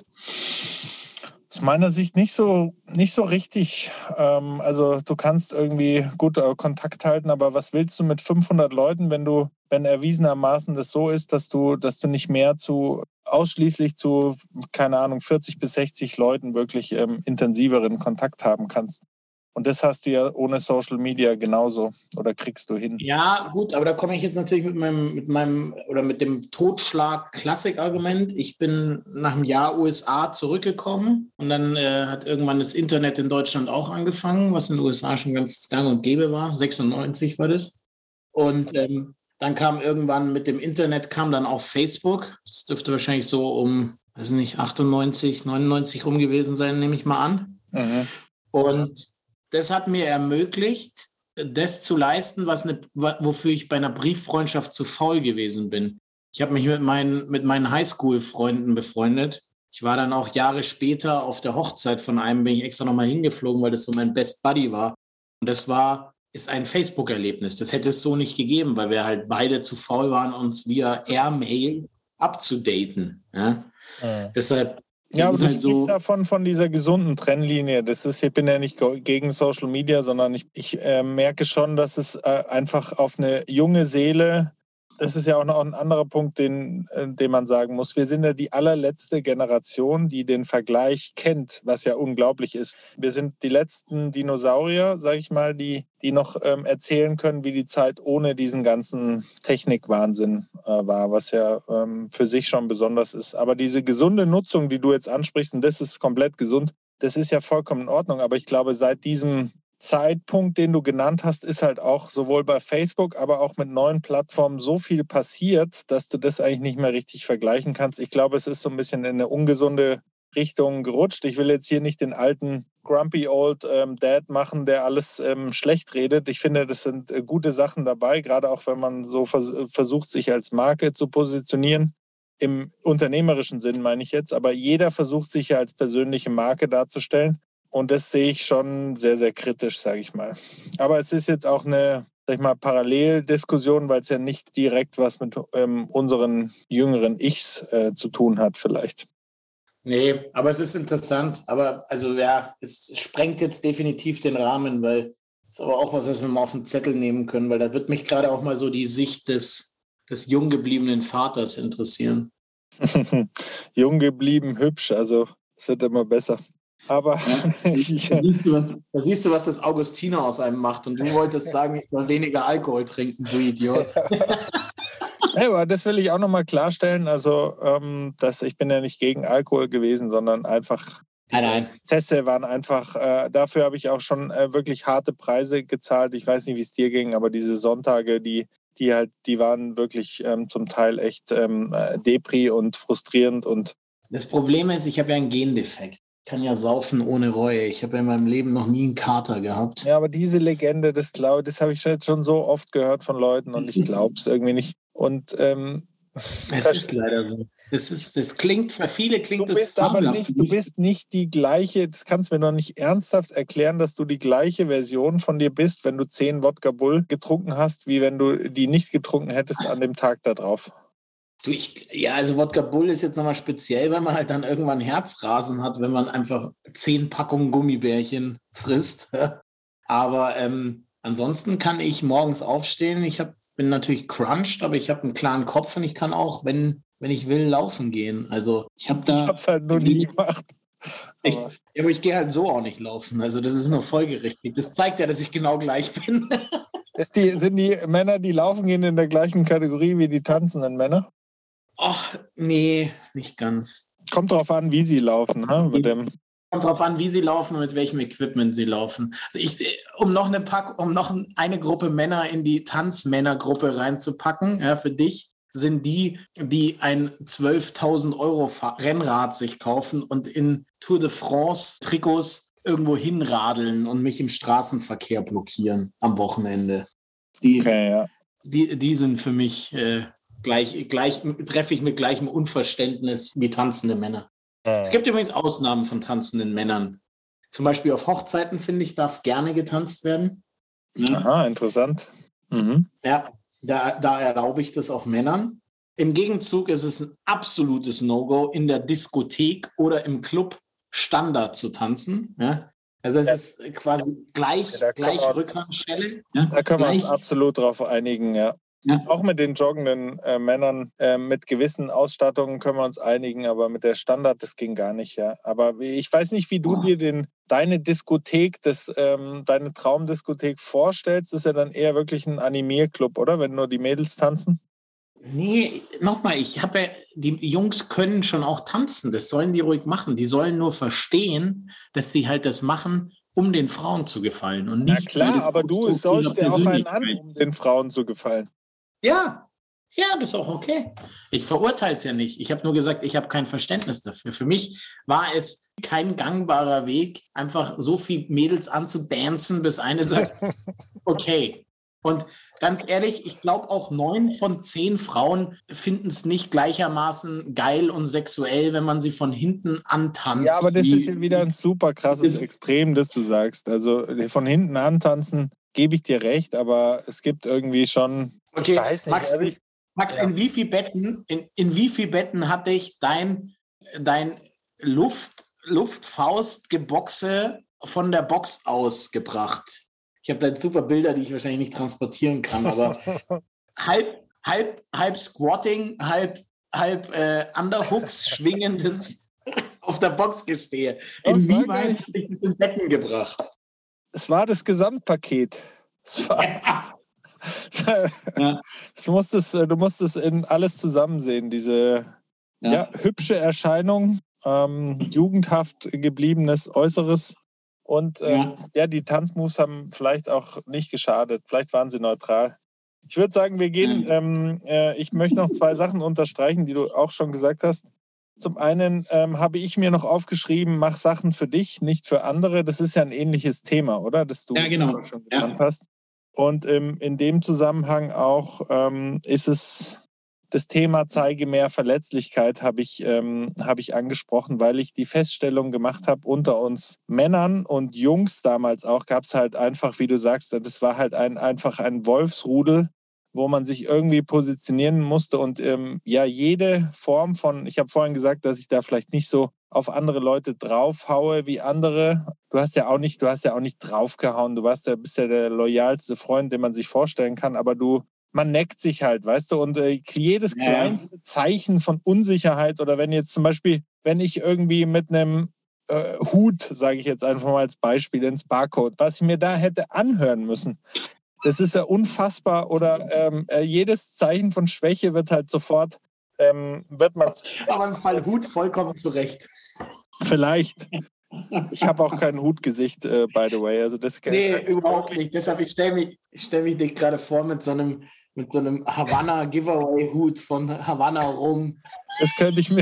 Aus meiner Sicht nicht so richtig. Also du kannst irgendwie gut Kontakt halten, aber was willst du mit 500 Leuten, wenn erwiesenermaßen das so ist, dass du nicht mehr ausschließlich zu, keine Ahnung, 40 bis 60 Leuten wirklich intensiveren Kontakt haben kannst. Und das hast du ja ohne Social Media genauso oder kriegst du hin. Ja, gut, aber da komme ich jetzt natürlich mit dem Totschlag-Klassik-Argument. Ich bin nach einem Jahr USA zurückgekommen und dann hat irgendwann das Internet in Deutschland auch angefangen, was in den USA schon ganz gang und gäbe war. 96 war das. Und dann kam irgendwann mit dem Internet kam dann auch Facebook. Das dürfte wahrscheinlich so um, weiß nicht, 98, 99 rum gewesen sein, nehme ich mal an. Mhm. Und das hat mir ermöglicht, das zu leisten, wofür ich bei einer Brieffreundschaft zu faul gewesen bin. Ich habe mich mit meinen Highschool-Freunden befreundet. Ich war dann auch Jahre später auf der Hochzeit von einem, bin ich extra nochmal hingeflogen, weil das so mein Best Buddy war. Und das ist ein Facebook-Erlebnis. Das hätte es so nicht gegeben, weil wir halt beide zu faul waren, uns via Airmail abzudaten. Ja? Deshalb. Ja, aber du sprichst davon von dieser gesunden Trennlinie. Ich bin ja nicht gegen Social Media, sondern ich merke schon, dass es einfach auf eine junge Seele, das ist ja auch noch ein anderer Punkt, den man sagen muss. Wir sind ja die allerletzte Generation, die den Vergleich kennt, was ja unglaublich ist. Wir sind die letzten Dinosaurier, sage ich mal, die noch erzählen können, wie die Zeit ohne diesen ganzen Technikwahnsinn war, was ja für sich schon besonders ist. Aber diese gesunde Nutzung, die du jetzt ansprichst, und das ist komplett gesund, das ist ja vollkommen in Ordnung. Aber ich glaube, seit diesem Zeitpunkt, den du genannt hast, ist halt auch sowohl bei Facebook, aber auch mit neuen Plattformen so viel passiert, dass du das eigentlich nicht mehr richtig vergleichen kannst. Ich glaube, es ist so ein bisschen in eine ungesunde Richtung gerutscht. Ich will jetzt hier nicht den alten Grumpy Old Dad machen, der alles schlecht redet. Ich finde, das sind gute Sachen dabei, gerade auch wenn man so versucht, sich als Marke zu positionieren. Im unternehmerischen Sinn meine ich jetzt, aber jeder versucht, sich ja als persönliche Marke darzustellen. Und das sehe ich schon sehr, sehr kritisch, sage ich mal. Aber es ist jetzt auch eine, sag ich mal, Paralleldiskussion, weil es ja nicht direkt was mit unseren jüngeren Ichs zu tun hat vielleicht. Nee, aber es ist interessant. Aber also ja, es sprengt jetzt definitiv den Rahmen, weil es ist aber auch was wir mal auf den Zettel nehmen können, weil da wird mich gerade auch mal so die Sicht des jung gebliebenen Vaters interessieren. Jung geblieben, hübsch, also es wird immer besser. Aber ja. Da siehst du, was das Augustiner aus einem macht. Und du wolltest sagen, ich soll weniger Alkohol trinken, du Idiot. Ja, aber das will ich auch nochmal klarstellen. Also, dass ich bin ja nicht gegen Alkohol gewesen, sondern einfach diese Exzesse waren einfach, dafür habe ich auch schon wirklich harte Preise gezahlt. Ich weiß nicht, wie es dir ging, aber diese Sonntage, die waren wirklich zum Teil echt depri und frustrierend. Und das Problem ist, ich habe ja einen Gendefekt. Ich kann ja saufen ohne Reue. Ich habe ja in meinem Leben noch nie einen Kater gehabt. Ja, aber diese Legende, das habe ich jetzt schon so oft gehört von Leuten und ich glaube es irgendwie nicht. Und es ist leider so. Das klingt, für viele klingt das fabelhaft. Du bist nicht die gleiche, das kannst du mir noch nicht ernsthaft erklären, dass du die gleiche Version von dir bist, wenn du 10 Wodka Bull getrunken hast, wie wenn du die nicht getrunken hättest an dem Tag da drauf. Also Wodka Bull ist jetzt nochmal speziell, weil man halt dann irgendwann Herzrasen hat, wenn man einfach 10 Packungen Gummibärchen frisst. Aber ansonsten kann ich morgens aufstehen. Bin natürlich crunched, aber ich habe einen klaren Kopf und ich kann auch, wenn ich will, laufen gehen. Also ich habe es halt noch nie gemacht. Aber ich gehe halt so auch nicht laufen. Also das ist nur folgerichtig. Das zeigt ja, dass ich genau gleich bin. Sind die Männer, die laufen gehen, in der gleichen Kategorie wie die tanzenden Männer? Ach, nee, nicht ganz. Kommt drauf an, wie sie laufen, ne? Kommt drauf an, wie sie laufen und mit welchem Equipment sie laufen. Also um noch eine Gruppe Männer in die Tanzmännergruppe reinzupacken, ja, für dich sind die ein 12.000 € Rennrad sich kaufen und in Tour de France Trikots irgendwo hinradeln und mich im Straßenverkehr blockieren am Wochenende. Die sind für mich treffe ich mit gleichem Unverständnis wie tanzende Männer. Es gibt übrigens Ausnahmen von tanzenden Männern. Zum Beispiel auf Hochzeiten, finde ich, darf gerne getanzt werden. Ja. Aha, interessant. Mhm. Ja, da erlaube ich das auch Männern. Im Gegenzug ist es ein absolutes No-Go, in der Diskothek oder im Club Standard zu tanzen. Ja? Also es ist quasi gleich Rückhandschelle. Ja? Da können wir uns absolut drauf einigen, ja. Ja. Auch mit den joggenden Männern mit gewissen Ausstattungen können wir uns einigen, aber mit der Standard, das ging gar nicht, ja. Aber ich weiß nicht, wie du dir deine Diskothek, deine Traumdiskothek vorstellst. Das ist ja dann eher wirklich ein Animierclub, oder? Wenn nur die Mädels tanzen? Nee, nochmal, die Jungs können schon auch tanzen, das sollen die ruhig machen. Die sollen nur verstehen, dass sie halt das machen, um den Frauen zu gefallen. Und nicht, ja klar, aber du sollst ja auch einen an, um den Frauen zu gefallen. Ja, das ist auch okay. Ich verurteile es ja nicht. Ich habe nur gesagt, ich habe kein Verständnis dafür. Für mich war es kein gangbarer Weg, einfach so viel Mädels anzudancen, bis eine sagt, okay. Und ganz ehrlich, ich glaube auch 9 von 10 Frauen finden es nicht gleichermaßen geil und sexuell, wenn man sie von hinten antanzt. Ja, aber das ist ja wieder ein super krasses Extrem, das du sagst. Also von hinten antanzen, gebe ich dir recht, aber es gibt irgendwie schon... Okay, ich weiß nicht, Max, ja. in wie viel Betten hat dich dein Luftfaustgeboxe von der Box ausgebracht? Ich habe da super Bilder, die ich wahrscheinlich nicht transportieren kann, aber halb Squatting, halb Underhooks schwingendes auf der Box gestehe. Inwieweit habe ich das in Betten gebracht? Es war das Gesamtpaket. Ja. Du musst es in alles zusammen sehen, diese hübsche Erscheinung, jugendhaft gebliebenes Äußeres und die Tanzmoves haben vielleicht auch nicht geschadet, vielleicht waren sie neutral. Ich würde sagen, wir gehen, ich möchte noch 2 Sachen unterstreichen, die du auch schon gesagt hast. Zum einen habe ich mir noch aufgeschrieben, mach Sachen für dich, nicht für andere. Das ist ja ein ähnliches Thema, oder? Das du schon genannt hast. Und in dem Zusammenhang auch ist es das Thema zeige mehr Verletzlichkeit habe ich angesprochen, weil ich die Feststellung gemacht habe, unter uns Männern und Jungs damals auch gab es halt einfach, wie du sagst, das war halt einfach ein Wolfsrudel, wo man sich irgendwie positionieren musste und jede Form von, ich habe vorhin gesagt, dass ich da vielleicht nicht so auf andere Leute draufhaue wie andere. Du hast ja auch nicht draufgehauen, bist ja der loyalste Freund, den man sich vorstellen kann, aber man neckt sich halt, weißt du, und jedes kleinste Zeichen von Unsicherheit oder wenn jetzt zum Beispiel, wenn ich irgendwie mit einem Hut, sage ich jetzt einfach mal als Beispiel, ins Barcode, was ich mir da hätte anhören müssen, das ist ja unfassbar oder jedes Zeichen von Schwäche wird halt sofort, wird man... Aber im Fall Hut vollkommen zurecht. Vielleicht. Ich habe auch kein Hutgesicht, by the way. Also das überhaupt nicht. Deshalb, ich stell mich dir gerade vor mit so einem Havanna-Giveaway-Hut von Havanna rum. Das könnte ich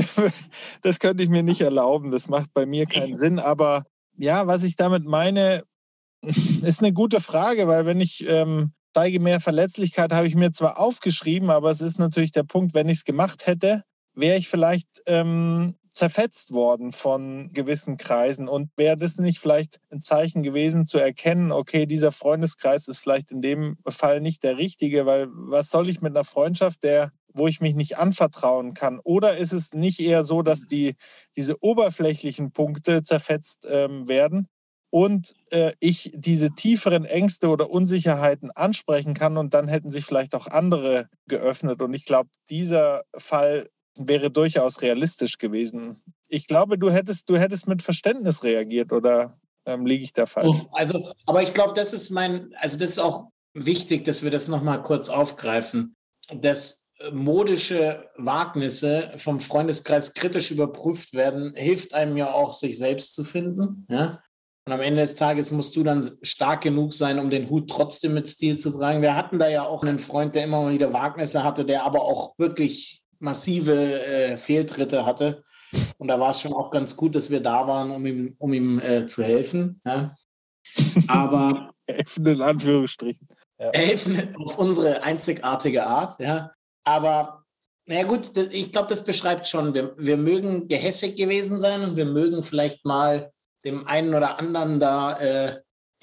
mir nicht erlauben. Das macht bei mir keinen Sinn. Aber ja, was ich damit meine, ist eine gute Frage, weil wenn ich zeige mehr Verletzlichkeit, habe ich mir zwar aufgeschrieben, aber es ist natürlich der Punkt, wenn ich es gemacht hätte, wäre ich vielleicht zerfetzt worden von gewissen Kreisen und wäre das nicht vielleicht ein Zeichen gewesen zu erkennen, okay, dieser Freundeskreis ist vielleicht in dem Fall nicht der richtige, weil was soll ich mit einer Freundschaft, wo ich mich nicht anvertrauen kann? Oder ist es nicht eher so, dass diese oberflächlichen Punkte zerfetzt werden und ich diese tieferen Ängste oder Unsicherheiten ansprechen kann und dann hätten sich vielleicht auch andere geöffnet und ich glaube, dieser Fall wäre durchaus realistisch gewesen. Ich glaube, du hättest mit Verständnis reagiert oder liege ich da falsch? Aber ich glaube, das ist auch wichtig, dass wir das nochmal kurz aufgreifen, dass modische Wagnisse vom Freundeskreis kritisch überprüft werden, hilft einem ja auch, sich selbst zu finden. Ja? Und am Ende des Tages musst du dann stark genug sein, um den Hut trotzdem mit Stil zu tragen. Wir hatten da ja auch einen Freund, der immer mal wieder Wagnisse hatte, der aber auch wirklich massive Fehltritte hatte. Und da war es schon auch ganz gut, dass wir da waren, um ihm zu helfen. Ja? Aber helfen in Anführungsstrichen. Ja. Helfen auf unsere einzigartige Art. Ja? Aber na gut, ich glaube, das beschreibt schon, wir mögen gehässig gewesen sein und wir mögen vielleicht mal dem einen oder anderen da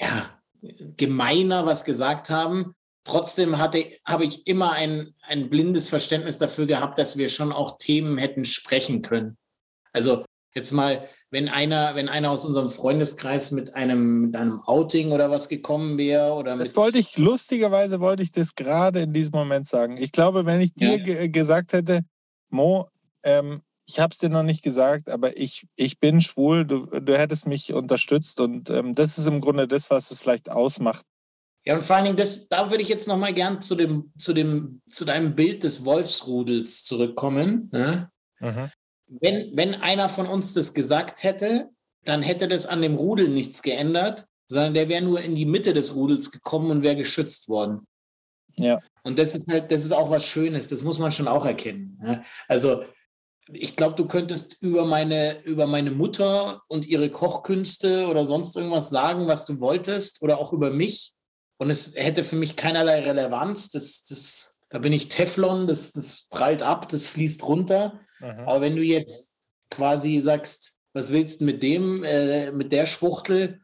gemeiner was gesagt haben. Trotzdem habe ich immer ein blindes Verständnis dafür gehabt, dass wir schon auch Themen hätten sprechen können. Also jetzt mal, wenn einer aus unserem Freundeskreis mit einem Outing oder was gekommen wäre oder lustigerweise wollte ich das gerade in diesem Moment sagen. Ich glaube, wenn ich dir gesagt hätte, Mo, ich habe es dir noch nicht gesagt, aber ich bin schwul, du hättest mich unterstützt und das ist im Grunde das, was es vielleicht ausmacht. Ja, und vor allen Dingen, da würde ich jetzt nochmal gern zu deinem Bild des Wolfsrudels zurückkommen. Ne? Mhm. Wenn einer von uns das gesagt hätte, dann hätte das an dem Rudel nichts geändert, sondern der wäre nur in die Mitte des Rudels gekommen und wäre geschützt worden. Ja. Und das ist auch was Schönes, das muss man schon auch erkennen. Ne? Also ich glaube, du könntest über meine Mutter und ihre Kochkünste oder sonst irgendwas sagen, was du wolltest, oder auch über mich. Und es hätte für mich keinerlei Relevanz. Da bin ich Teflon, das prallt ab, das fließt runter. Mhm. Aber wenn du jetzt quasi sagst, was willst du mit mit der Schwuchtel,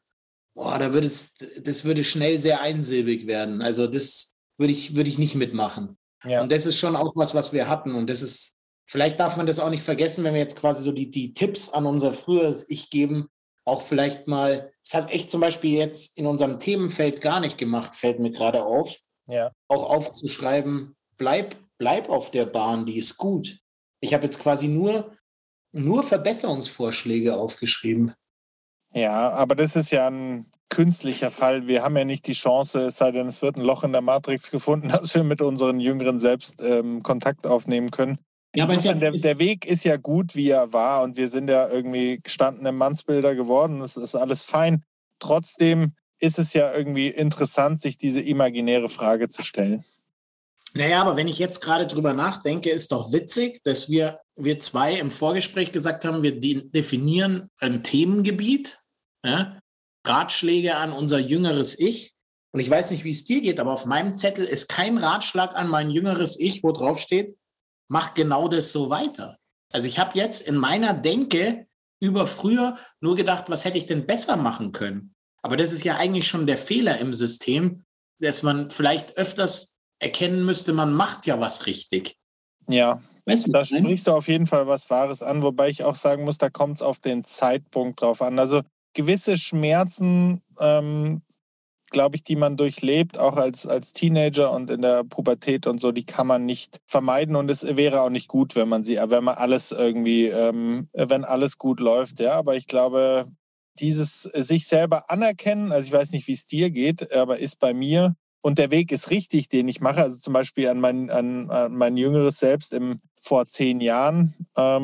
das würde schnell sehr einsilbig werden. Also das würde ich nicht mitmachen. Ja. Und das ist schon auch was wir hatten. Und das ist, vielleicht darf man das auch nicht vergessen, wenn wir jetzt quasi so die Tipps an unser früheres Ich geben, auch vielleicht mal, das habe ich zum Beispiel jetzt in unserem Themenfeld gar nicht gemacht, fällt mir gerade auf, auch aufzuschreiben, bleib auf der Bahn, die ist gut. Ich habe jetzt quasi nur Verbesserungsvorschläge aufgeschrieben. Ja, aber das ist ja ein künstlicher Fall. Wir haben ja nicht die Chance, es sei denn, es wird ein Loch in der Matrix gefunden, dass wir mit unseren Jüngeren selbst Kontakt aufnehmen können. Ja, aber der Weg ist ja gut, wie er war, und wir sind ja irgendwie gestandene Mannsbilder geworden. Das ist alles fein. Trotzdem ist es ja irgendwie interessant, sich diese imaginäre Frage zu stellen. Naja, aber wenn ich jetzt gerade drüber nachdenke, ist doch witzig, dass wir zwei im Vorgespräch gesagt haben, wir definieren ein Themengebiet, ja? Ratschläge an unser jüngeres Ich. Und ich weiß nicht, wie es dir geht, aber auf meinem Zettel ist kein Ratschlag an mein jüngeres Ich, wo drauf steht, mach genau das so weiter. Also ich habe jetzt in meiner Denke über früher nur gedacht, was hätte ich denn besser machen können? Aber das ist ja eigentlich schon der Fehler im System, dass man vielleicht öfters erkennen müsste, man macht ja was richtig. Ja, da sprichst du auf jeden Fall was Wahres an, wobei ich auch sagen muss, da kommt es auf den Zeitpunkt drauf an. Also gewisse Schmerzen, glaube ich, die man durchlebt, auch als Teenager und in der Pubertät und so, die kann man nicht vermeiden, und es wäre auch nicht gut, wenn man alles irgendwie, wenn alles gut läuft, ja, aber ich glaube, dieses sich selber anerkennen, also ich weiß nicht, wie es dir geht, aber ist bei mir, und der Weg ist richtig, den ich mache, also zum Beispiel an mein jüngeres Selbst vor 10 Jahren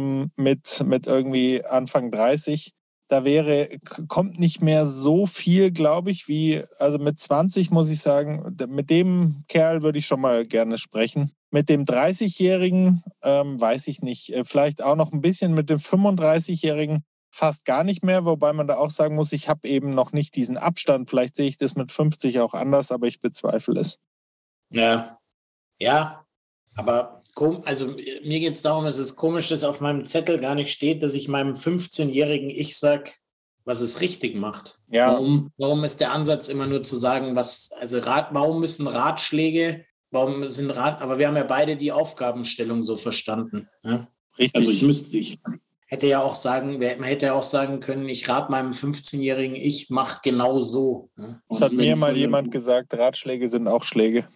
mit irgendwie Anfang 30, da kommt nicht mehr so viel, glaube ich, also mit 20 muss ich sagen, mit dem Kerl würde ich schon mal gerne sprechen. Mit dem 30-Jährigen weiß ich nicht, vielleicht auch noch ein bisschen, mit dem 35-Jährigen fast gar nicht mehr, wobei man da auch sagen muss, ich habe eben noch nicht diesen Abstand. Vielleicht sehe ich das mit 50 auch anders, aber ich bezweifle es. Ja, aber also mir geht es darum, es ist komisch, dass auf meinem Zettel gar nicht steht, dass ich meinem 15-jährigen Ich sage, was es richtig macht. Ja. Warum ist der Ansatz immer nur zu sagen, warum müssen Ratschläge, aber wir haben ja beide die Aufgabenstellung so verstanden. Ja? Richtig. Also man hätte ja auch sagen können, ich rate meinem 15-jährigen Ich, mach genau so. Ne? Das hat mir mal jemand gesagt, Ratschläge sind auch Schläge.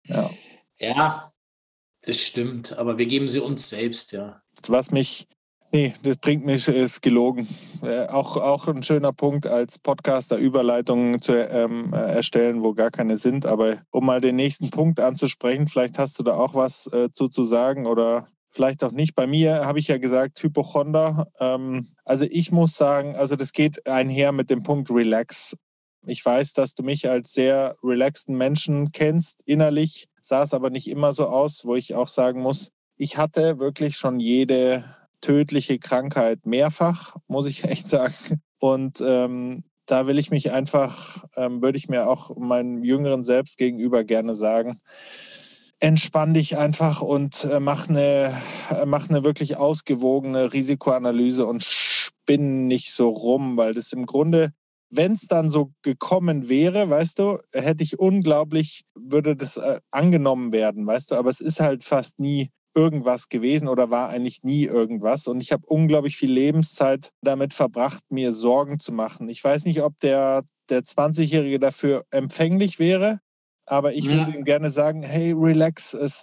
Ja, das stimmt, aber wir geben sie uns selbst, ja. Was mich Nee, das bringt mich, ist gelogen. Auch ein schöner Punkt als Podcaster Überleitungen zu erstellen, wo gar keine sind. Aber um mal den nächsten Punkt anzusprechen, vielleicht hast du da auch was zu sagen oder vielleicht auch nicht. Bei mir habe ich ja gesagt, Hypochonder. Also ich muss sagen, also das geht einher mit dem Punkt Relax. Ich weiß, dass du mich als sehr relaxten Menschen kennst, innerlich, sah es aber nicht immer so aus, wo ich auch sagen muss, ich hatte wirklich schon jede tödliche Krankheit mehrfach, muss ich echt sagen. Und da will ich mich einfach, würde ich mir auch meinem jüngeren Selbst gegenüber gerne sagen, entspann dich einfach und mach eine wirklich ausgewogene Risikoanalyse und spinn nicht so rum, weil das im Grunde, wenn es dann so gekommen wäre, weißt du, würde das angenommen werden, weißt du, aber es ist halt fast nie irgendwas gewesen oder war eigentlich nie irgendwas. Und ich habe unglaublich viel Lebenszeit damit verbracht, mir Sorgen zu machen. Ich weiß nicht, ob der 20-Jährige dafür empfänglich wäre, aber ich würde ihm gerne sagen, hey, relax, es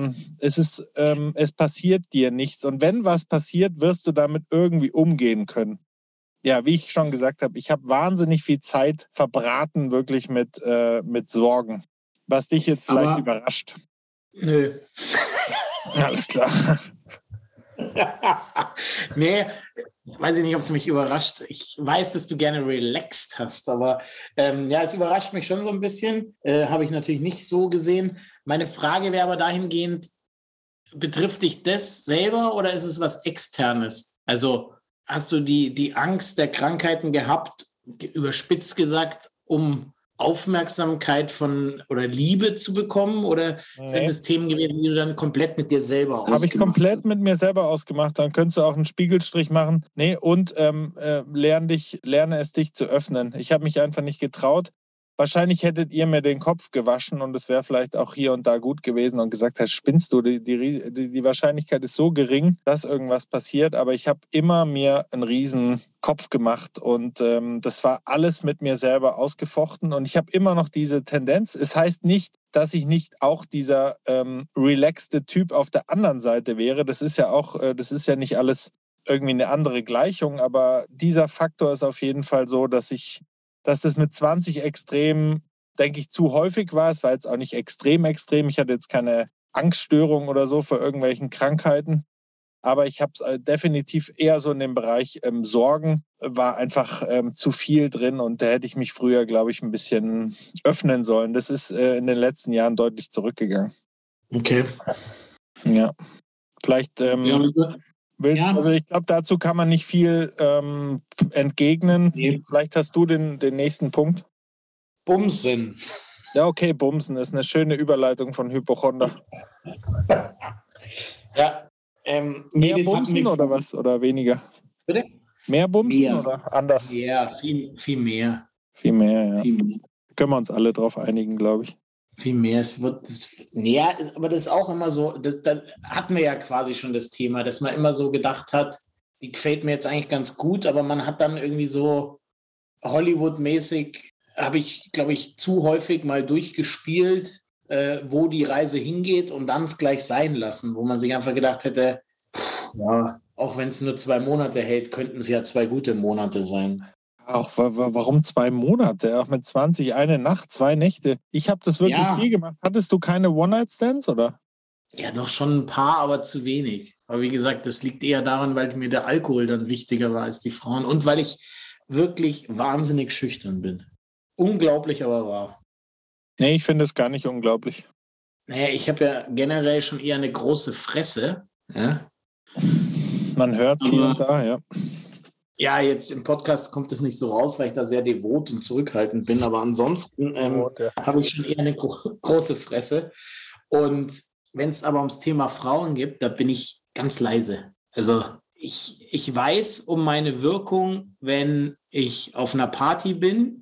passiert dir nichts. Und wenn was passiert, wirst du damit irgendwie umgehen können. Ja, wie ich schon gesagt habe, ich habe wahnsinnig viel Zeit verbraten, wirklich mit Sorgen. Was dich jetzt vielleicht überrascht. Nö. Alles klar. Nee, weiß ich nicht, ob es mich überrascht. Ich weiß, dass du gerne relaxed hast, aber ja, es überrascht mich schon so ein bisschen. Habe ich natürlich nicht so gesehen. Meine Frage wäre aber dahingehend, betrifft dich das selber oder ist es was Externes? Also hast du die Angst der Krankheiten gehabt, überspitzt gesagt, um Aufmerksamkeit oder Liebe zu bekommen? Oder sind es Themen gewesen, die du dann komplett mit dir selber ausgemacht hast? Habe ich komplett mit mir selber ausgemacht. Dann könntest du auch einen Spiegelstrich machen. Nee, und lerne es, dich zu öffnen. Ich habe mich einfach nicht getraut. Wahrscheinlich hättet ihr mir den Kopf gewaschen und es wäre vielleicht auch hier und da gut gewesen und gesagt, spinnst du, die Wahrscheinlichkeit ist so gering, dass irgendwas passiert, aber ich habe immer mir einen riesen Kopf gemacht und das war alles mit mir selber ausgefochten und ich habe immer noch diese Tendenz. Es heißt nicht, dass ich nicht auch dieser relaxte Typ auf der anderen Seite wäre. Das ist ja nicht alles irgendwie eine andere Gleichung, aber dieser Faktor ist auf jeden Fall so, dass das mit 20 extrem, denke ich, zu häufig war. Es war jetzt auch nicht extrem. Ich hatte jetzt keine Angststörung oder so vor irgendwelchen Krankheiten. Aber ich habe es definitiv eher so in dem Bereich Sorgen, war einfach zu viel drin. Und da hätte ich mich früher, glaube ich, ein bisschen öffnen sollen. Das ist in den letzten Jahren deutlich zurückgegangen. Okay. Ja. Vielleicht... Also ich glaube, dazu kann man nicht viel entgegnen. Nee. Vielleicht hast du den nächsten Punkt. Bumsen. Ja, okay, Bumsen ist eine schöne Überleitung von Hypochonder. Ja. Mehr Bumsen oder was? Oder weniger? Bitte? Mehr Bumsen oder anders? Ja, viel mehr. Viel mehr, ja. Können wir uns alle drauf einigen, glaube ich. Viel mehr. Aber das ist auch immer so, da hatten wir ja quasi schon das Thema, dass man immer so gedacht hat, die gefällt mir jetzt eigentlich ganz gut, aber man hat dann irgendwie so Hollywood-mäßig, habe ich, glaube ich, zu häufig mal durchgespielt, wo die Reise hingeht und dann es gleich sein lassen, wo man sich einfach gedacht hätte, ja, auch wenn es nur 2 Monate hält, könnten es ja 2 gute Monate sein. Auch warum 2 Monate? Auch mit 20, eine Nacht, 2 Nächte. Ich habe das wirklich viel gemacht. Hattest du keine One-Night-Stands, oder? Ja, doch schon ein paar, aber zu wenig. Aber wie gesagt, das liegt eher daran, weil mir der Alkohol dann wichtiger war als die Frauen und weil ich wirklich wahnsinnig schüchtern bin. Unglaublich, aber wahr. Nee, ich finde es gar nicht unglaublich. Naja, ich habe ja generell schon eher eine große Fresse. Ja? Man hört es hier und da, ja. Ja, jetzt im Podcast kommt es nicht so raus, weil ich da sehr devot und zurückhaltend bin. Aber ansonsten habe ich schon eher eine große Fresse. Und wenn es aber ums Thema Frauen geht, da bin ich ganz leise. Also ich weiß um meine Wirkung, wenn ich auf einer Party bin,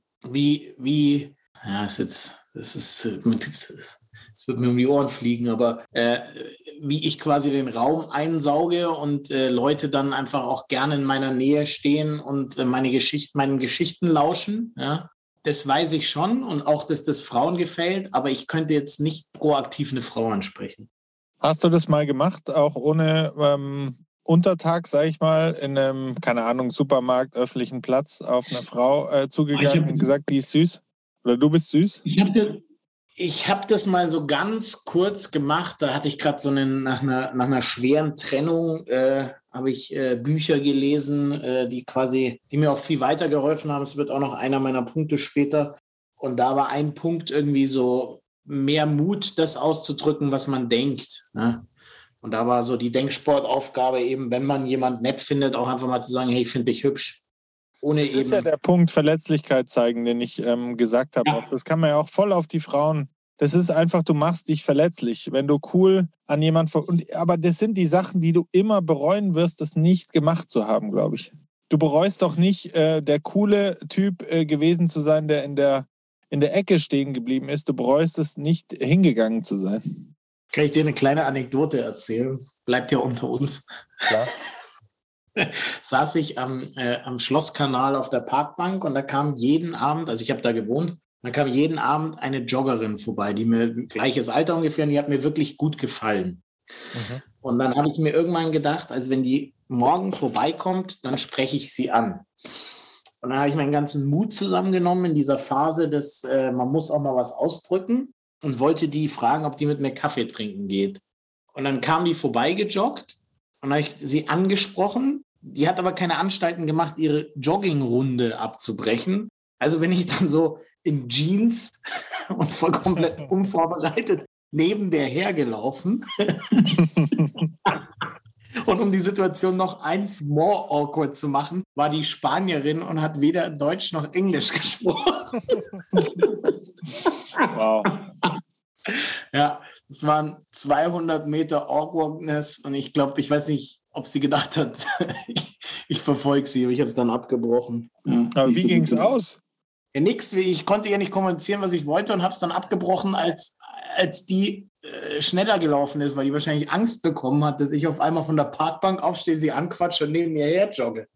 es wird mir um die Ohren fliegen, aber wie ich quasi den Raum einsauge und Leute dann einfach auch gerne in meiner Nähe stehen und meinen Geschichten lauschen, ja, das weiß ich schon und auch, dass das Frauen gefällt, aber ich könnte jetzt nicht proaktiv eine Frau ansprechen. Hast du das mal gemacht, auch ohne Untertag, sag ich mal, in einem, keine Ahnung, Supermarkt, öffentlichen Platz auf eine Frau zugegangen und gesagt, die ist süß? Oder du bist süß? Ich hab das mal so ganz kurz gemacht. Da hatte ich gerade so nach einer schweren Trennung, habe ich Bücher gelesen, die mir auch viel weitergeholfen haben. Es wird auch noch einer meiner Punkte später. Und da war ein Punkt irgendwie so mehr Mut, das auszudrücken, was man denkt. Ne? Und da war so die Denksportaufgabe eben, wenn man jemand nett findet, auch einfach mal zu sagen, hey, ich finde dich hübsch. Das ist ja der Punkt Verletzlichkeit zeigen, den ich gesagt habe. Ja. Das kann man ja auch voll auf die Frauen. Das ist einfach, du machst dich verletzlich. Wenn du cool an jemanden... Aber das sind die Sachen, die du immer bereuen wirst, das nicht gemacht zu haben, glaube ich. Du bereust doch nicht, der coole Typ gewesen zu sein, der in der Ecke stehen geblieben ist. Du bereust es nicht, hingegangen zu sein. Kann ich dir eine kleine Anekdote erzählen? Bleibt ja unter uns. Klar. Saß ich am Schlosskanal auf der Parkbank und da kam jeden Abend, also ich habe da gewohnt, da kam jeden Abend eine Joggerin vorbei, die mir gleiches Alter ungefähr, und die hat mir wirklich gut gefallen. Mhm. Und dann habe ich mir irgendwann gedacht, also wenn die morgen vorbeikommt, dann spreche ich sie an. Und dann habe ich meinen ganzen Mut zusammengenommen in dieser Phase des, man muss auch mal was ausdrücken, und wollte die fragen, ob die mit mir Kaffee trinken geht. Und dann kam die vorbeigejoggt und habe ich sie angesprochen. Die hat aber keine Anstalten gemacht, ihre Joggingrunde abzubrechen. Also wenn ich dann so in Jeans und voll komplett unvorbereitet neben der hergelaufen und um die Situation noch eins more awkward zu machen, war die Spanierin und hat weder Deutsch noch Englisch gesprochen. Wow. Ja, es waren 200 Meter Awkwardness und ich glaube, ich weiß nicht, ob sie gedacht hat, ich verfolge sie, aber ich habe es dann abgebrochen. Ja, aber wie ging es aus? Ja, nix. Ich konnte ja nicht kommunizieren, was ich wollte, und habe es dann abgebrochen, als die schneller gelaufen ist, weil die wahrscheinlich Angst bekommen hat, dass ich auf einmal von der Parkbank aufstehe, sie anquatsche und neben mir her jogge.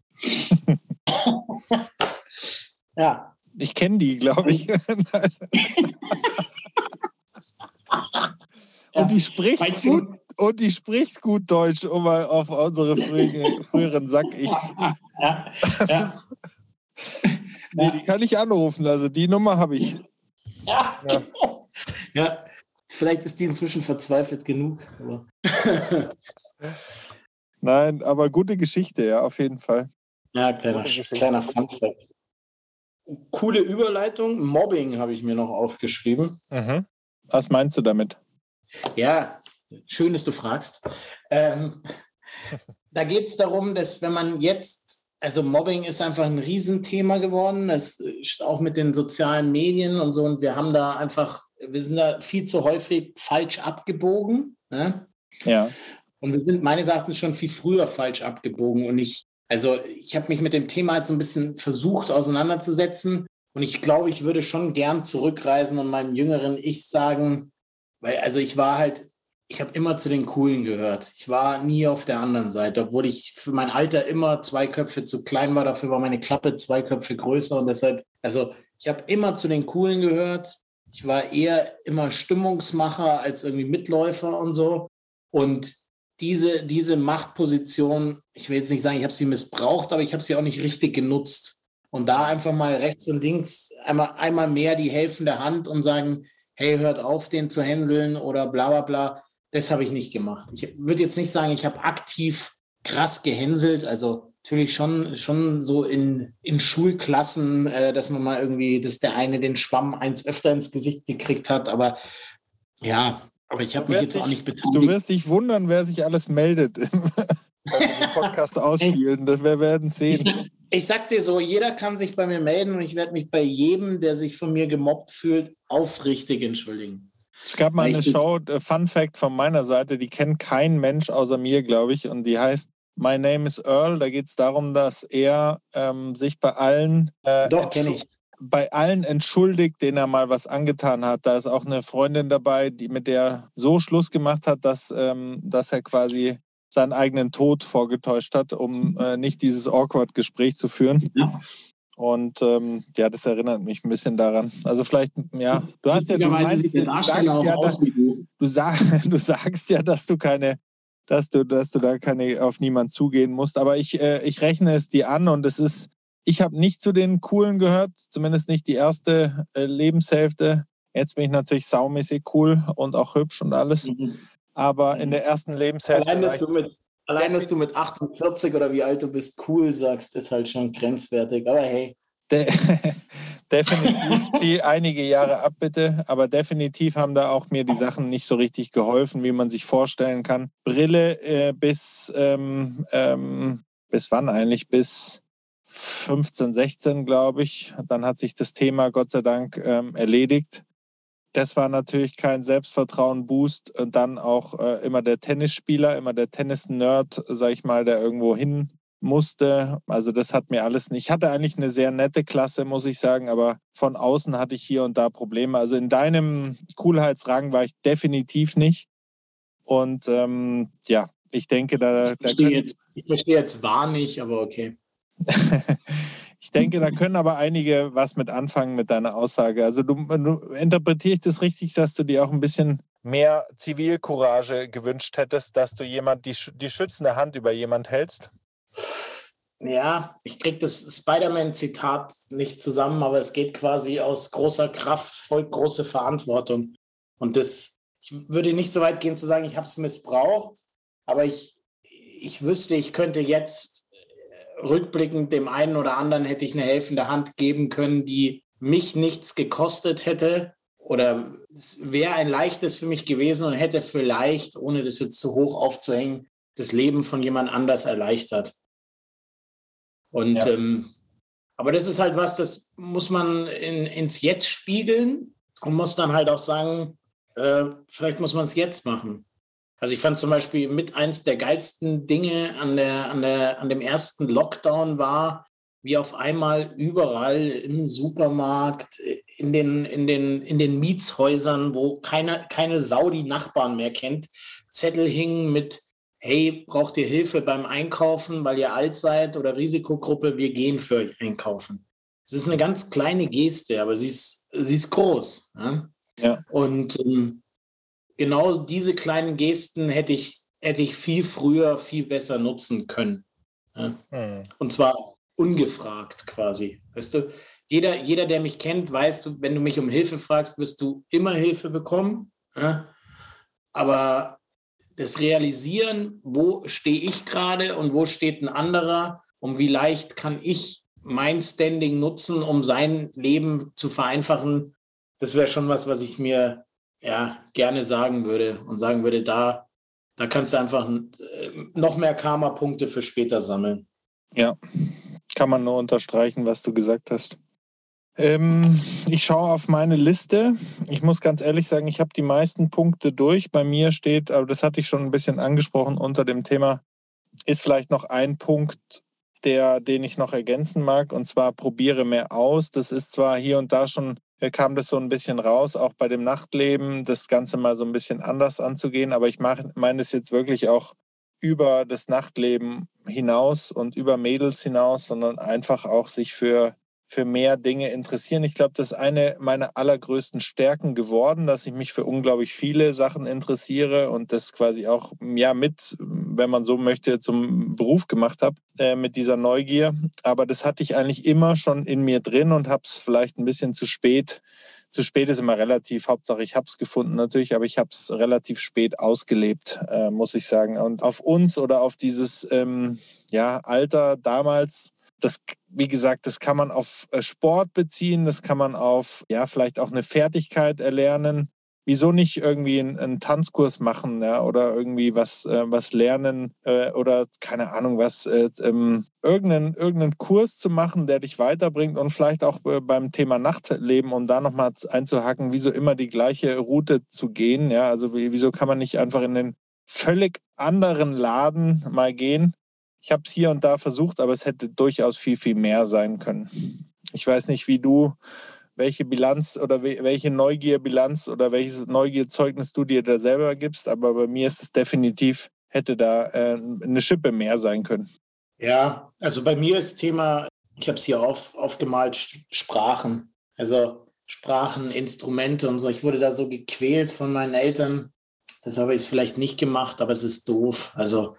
Ja. Ich kenne die, glaube ich. Und die spricht gut Deutsch, um mal auf unsere früheren Sack-Ichs. Ja. Nee, die kann ich anrufen, also die Nummer habe ich. Ja, vielleicht ist die inzwischen verzweifelt genug. Aber Nein, aber gute Geschichte, ja, auf jeden Fall. Ja, kleiner Funfact. Coole Überleitung. Mobbing habe ich mir noch aufgeschrieben. Mhm. Was meinst du damit? Ja, schön, dass du fragst. Da geht es darum, dass wenn man jetzt, also Mobbing ist einfach ein Riesenthema geworden, das ist auch mit den sozialen Medien und so, und wir sind da viel zu häufig falsch abgebogen. Ne? Ja. Und wir sind meines Erachtens schon viel früher falsch abgebogen, und ich habe mich mit dem Thema halt so ein bisschen versucht auseinanderzusetzen, und ich glaube, ich würde schon gern zurückreisen und meinem jüngeren Ich sagen, weil ich habe immer zu den Coolen gehört. Ich war nie auf der anderen Seite, obwohl ich für mein Alter immer 2 Köpfe zu klein war, dafür war meine Klappe 2 Köpfe größer, und deshalb, ich habe immer zu den Coolen gehört. Ich war eher immer Stimmungsmacher als irgendwie Mitläufer und so, und diese Machtposition, ich will jetzt nicht sagen, ich habe sie missbraucht, aber ich habe sie auch nicht richtig genutzt. Und da einfach mal rechts und links einmal mehr die helfende Hand und sagen, hey, hört auf, den zu hänseln oder bla bla bla, das habe ich nicht gemacht. Ich würde jetzt nicht sagen, ich habe aktiv krass gehänselt, also natürlich schon so in Schulklassen, dass man mal irgendwie, dass der eine den Schwamm eins öfter ins Gesicht gekriegt hat, aber ja, aber ich habe mich jetzt auch nicht beteiligt. Du wirst dich wundern, wer sich alles meldet, wenn wir den Podcast ausspielen. Wir werden sehen. Ich sag dir so, jeder kann sich bei mir melden, und ich werde mich bei jedem, der sich von mir gemobbt fühlt, aufrichtig entschuldigen. Es gab mal eine Show, Fun Fact von meiner Seite, die kennt kein Mensch außer mir, glaube ich, und die heißt My Name is Earl. Da geht es darum, dass er sich bei allen bei allen entschuldigt, denen er mal was angetan hat. Da ist auch eine Freundin dabei, mit der so Schluss gemacht hat, dass er quasi seinen eigenen Tod vorgetäuscht hat, um nicht dieses Awkward-Gespräch zu führen. Ja. Und das erinnert mich ein bisschen daran. Also vielleicht, ja, du sagst ja, dass du dass du da auf niemanden zugehen musst. Aber ich rechne es dir an und ich habe nicht zu den Coolen gehört, zumindest nicht die erste Lebenshälfte. Jetzt bin ich natürlich saumäßig cool und auch hübsch und alles. Aber in der ersten Lebenshälfte... Allein, dass du mit 48 oder wie alt du bist, cool sagst, ist halt schon grenzwertig. Aber hey. Definitiv, zieh einige Jahre ab, bitte. Aber definitiv haben da auch mir die Sachen nicht so richtig geholfen, wie man sich vorstellen kann. Brille bis wann eigentlich? Bis 15, 16, glaube ich. Dann hat sich das Thema Gott sei Dank erledigt. Das war natürlich kein Selbstvertrauen-Boost. Und dann auch immer der Tennisspieler, immer der Tennis-Nerd, sag ich mal, der irgendwo hin musste. Also das hat mir alles nicht. Ich hatte eigentlich eine sehr nette Klasse, muss ich sagen, aber von außen hatte ich hier und da Probleme. Also in deinem Coolheitsrang war ich definitiv nicht. Und ich denke, ich verstehe jetzt war nicht, aber okay. Ich denke, da können aber einige was mit anfangen mit deiner Aussage. Also du interpretiere ich das richtig, dass du dir auch ein bisschen mehr Zivilcourage gewünscht hättest, dass du die schützende Hand über jemand hältst? Ja, ich kriege das Spider-Man-Zitat nicht zusammen, aber es geht quasi aus großer Kraft, folgt große Verantwortung. Und ich würde nicht so weit gehen zu sagen, ich habe es missbraucht, aber ich wüsste, ich könnte jetzt rückblickend dem einen oder anderen hätte ich eine helfende Hand geben können, die mich nichts gekostet hätte. Oder es wäre ein leichtes für mich gewesen und hätte vielleicht, ohne das jetzt zu hoch aufzuhängen, das Leben von jemand anders erleichtert. Und aber das ist halt was, das muss man ins Jetzt spiegeln und muss dann halt auch sagen, vielleicht muss man es jetzt machen. Also ich fand zum Beispiel mit eins der geilsten Dinge an dem ersten Lockdown war, wie auf einmal überall im Supermarkt, in den Mietshäusern, wo keine Sau die Nachbarn mehr kennt, Zettel hingen mit: Hey, braucht ihr Hilfe beim Einkaufen, weil ihr alt seid oder Risikogruppe? Wir gehen für euch einkaufen. Das ist eine ganz kleine Geste, aber sie ist groß. Ja? Ja. Und genau diese kleinen Gesten hätte ich viel früher, viel besser nutzen können. Ja? Und zwar ungefragt quasi. Weißt du, jeder, der mich kennt, weißt du, wenn du mich um Hilfe fragst, wirst du immer Hilfe bekommen. Ja? Aber das Realisieren, wo stehe ich gerade und wo steht ein anderer und wie leicht kann ich mein Standing nutzen, um sein Leben zu vereinfachen, das wäre schon was ich mir gerne sagen würde und sagen würde, da kannst du einfach noch mehr Karma-Punkte für später sammeln. Ja, kann man nur unterstreichen, was du gesagt hast. Ich schaue auf meine Liste. Ich muss ganz ehrlich sagen, ich habe die meisten Punkte durch. Bei mir steht, aber das hatte ich schon ein bisschen angesprochen unter dem Thema, ist vielleicht noch ein Punkt, den ich noch ergänzen mag, und zwar probiere mehr aus. Das ist zwar hier und da schon, kam das so ein bisschen raus, auch bei dem Nachtleben, das Ganze mal so ein bisschen anders anzugehen, aber ich meine es jetzt wirklich auch über das Nachtleben hinaus und über Mädels hinaus, sondern einfach auch sich für mehr Dinge interessieren. Ich glaube, das ist eine meiner allergrößten Stärken geworden, dass ich mich für unglaublich viele Sachen interessiere und das quasi auch mit, wenn man so möchte, zum Beruf gemacht habe, mit dieser Neugier. Aber das hatte ich eigentlich immer schon in mir drin und habe es vielleicht ein bisschen zu spät. Zu spät ist immer relativ, Hauptsache ich habe es gefunden natürlich, aber ich habe es relativ spät ausgelebt, muss ich sagen. Und auf uns oder auf dieses Alter damals, das, wie gesagt, das kann man auf Sport beziehen, das kann man auf vielleicht auch eine Fertigkeit erlernen. Wieso nicht irgendwie einen Tanzkurs machen, ja, oder irgendwie was lernen oder keine Ahnung was, irgendeinen Kurs zu machen, der dich weiterbringt und vielleicht auch beim Thema Nachtleben, um da nochmal einzuhaken, wieso immer die gleiche Route zu gehen. Ja, also wieso kann man nicht einfach in den völlig anderen Laden mal gehen? Ich habe es hier und da versucht, aber es hätte durchaus viel, viel mehr sein können. Ich weiß nicht, wie du, welche Bilanz oder welche Neugierbilanz oder welches Neugierzeugnis du dir da selber gibst, aber bei mir ist es definitiv, hätte da eine Schippe mehr sein können. Ja, also bei mir ist Thema, ich habe es hier aufgemalt, Sprachen. Also Sprachen, Instrumente und so. Ich wurde da so gequält von meinen Eltern. Das habe ich vielleicht nicht gemacht, aber es ist doof. Also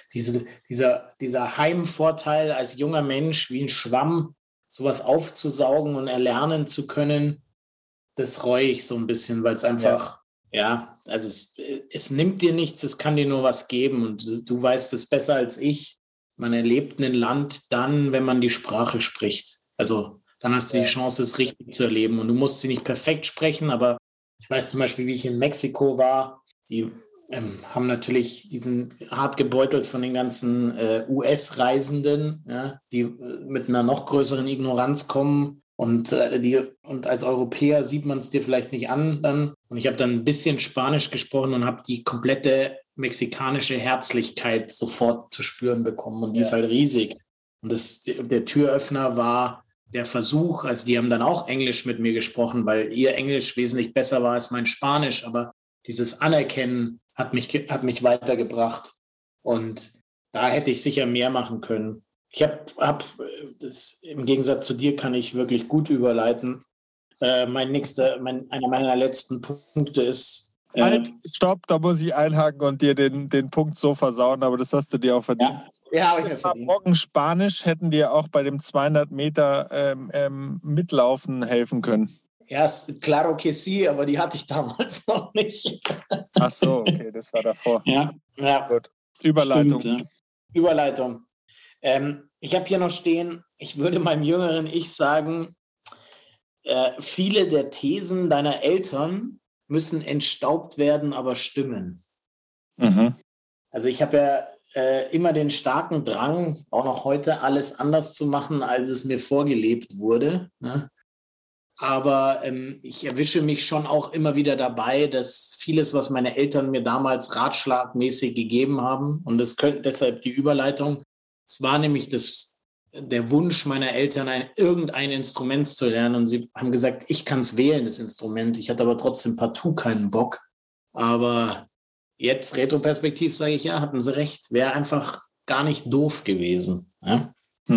dieser Heimvorteil als junger Mensch, wie ein Schwamm, sowas aufzusaugen und erlernen zu können, das reue ich so ein bisschen, weil es einfach, also es nimmt dir nichts, es kann dir nur was geben. Und du weißt es besser als ich. Man erlebt ein Land dann, wenn man die Sprache spricht. Also dann hast du die Chance, es richtig zu erleben. Und du musst sie nicht perfekt sprechen, aber ich weiß zum Beispiel, wie ich in Mexiko war, die haben natürlich, die sind hart gebeutelt von den ganzen US-Reisenden, ja, die mit einer noch größeren Ignoranz kommen. Und als Europäer sieht man es dir vielleicht nicht an dann. Und ich habe dann ein bisschen Spanisch gesprochen und habe die komplette mexikanische Herzlichkeit sofort zu spüren bekommen. Und die ist halt riesig. Und der Türöffner war der Versuch, also die haben dann auch Englisch mit mir gesprochen, weil ihr Englisch wesentlich besser war als mein Spanisch. Aber dieses Anerkennen hat mich weitergebracht. Und da hätte ich sicher mehr machen können. Ich hab das, im Gegensatz zu dir kann ich wirklich gut überleiten. Einer meiner letzten Punkte ist... Halt, stopp, da muss ich einhaken und dir den Punkt so versauen, aber das hast du dir auch verdient. Ja, habe ich mir verdient. Brocken Spanisch hätten dir auch bei dem 200 Meter Mitlaufen helfen können. Ja, claro que sí, aber die hatte ich damals noch nicht. Ach so, okay, das war davor. Ja. Gut. Überleitung. Stimmt, ja. Überleitung. Ich habe hier noch stehen, ich würde meinem jüngeren Ich sagen, viele der Thesen deiner Eltern müssen entstaubt werden, aber stimmen. Mhm. Also ich habe ja immer den starken Drang, auch noch heute alles anders zu machen, als es mir vorgelebt wurde. Ne? Aber ich erwische mich schon auch immer wieder dabei, dass vieles, was meine Eltern mir damals ratschlagmäßig gegeben haben, und das könnte deshalb die Überleitung, es war nämlich der Wunsch meiner Eltern, irgendein Instrument zu lernen. Und sie haben gesagt, ich kann es wählen, das Instrument. Ich hatte aber trotzdem partout keinen Bock. Aber jetzt retroperspektiv sage ich, ja, hatten sie recht. Wäre einfach gar nicht doof gewesen. Ja?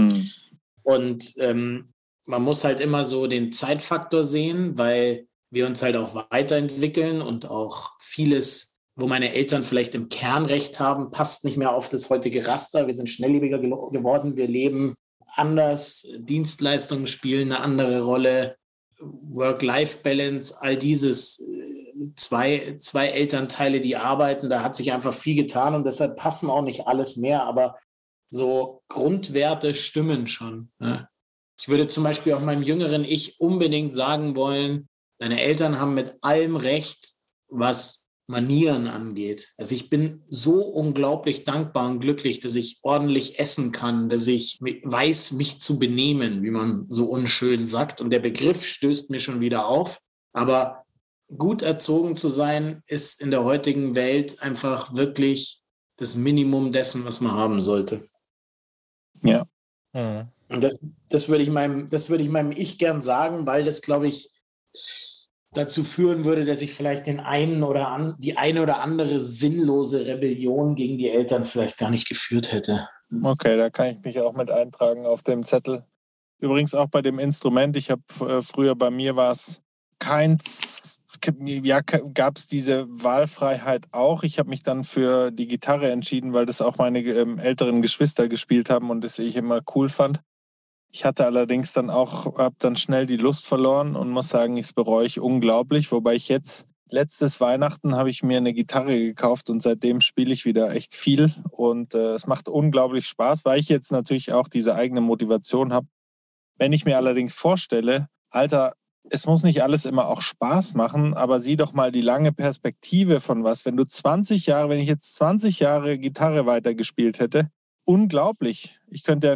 Und man muss halt immer so den Zeitfaktor sehen, weil wir uns halt auch weiterentwickeln und auch vieles, wo meine Eltern vielleicht im Kern recht haben, passt nicht mehr auf das heutige Raster. Wir sind schnelllebiger geworden, wir leben anders, Dienstleistungen spielen eine andere Rolle, Work-Life-Balance, all dieses, zwei Elternteile, die arbeiten, da hat sich einfach viel getan und deshalb passen auch nicht alles mehr, aber so Grundwerte stimmen schon. Ne? Ich würde zum Beispiel auch meinem jüngeren Ich unbedingt sagen wollen, deine Eltern haben mit allem recht, was Manieren angeht. Also ich bin so unglaublich dankbar und glücklich, dass ich ordentlich essen kann, dass ich weiß, mich zu benehmen, wie man so unschön sagt. Und der Begriff stößt mir schon wieder auf. Aber gut erzogen zu sein, ist in der heutigen Welt einfach wirklich das Minimum dessen, was man haben sollte. Ja. Und das würde ich meinem Ich gern sagen, weil das, glaube ich, dazu führen würde, dass ich vielleicht die eine oder andere sinnlose Rebellion gegen die Eltern vielleicht gar nicht geführt hätte. Okay, da kann ich mich auch mit eintragen auf dem Zettel. Übrigens auch bei dem Instrument. Ich habe früher, bei mir war es keins, ja, gab es diese Wahlfreiheit auch. Ich habe mich dann für die Gitarre entschieden, weil das auch meine älteren Geschwister gespielt haben und das ich immer cool fand. Ich hatte allerdings habe dann schnell die Lust verloren und muss sagen, das bereue ich unglaublich. Wobei ich jetzt, letztes Weihnachten habe ich mir eine Gitarre gekauft und seitdem spiele ich wieder echt viel. Und es macht unglaublich Spaß, weil ich jetzt natürlich auch diese eigene Motivation habe. Wenn ich mir allerdings vorstelle, Alter, es muss nicht alles immer auch Spaß machen, aber sieh doch mal die lange Perspektive von was. Wenn ich jetzt 20 Jahre Gitarre weitergespielt hätte, unglaublich. Ich könnte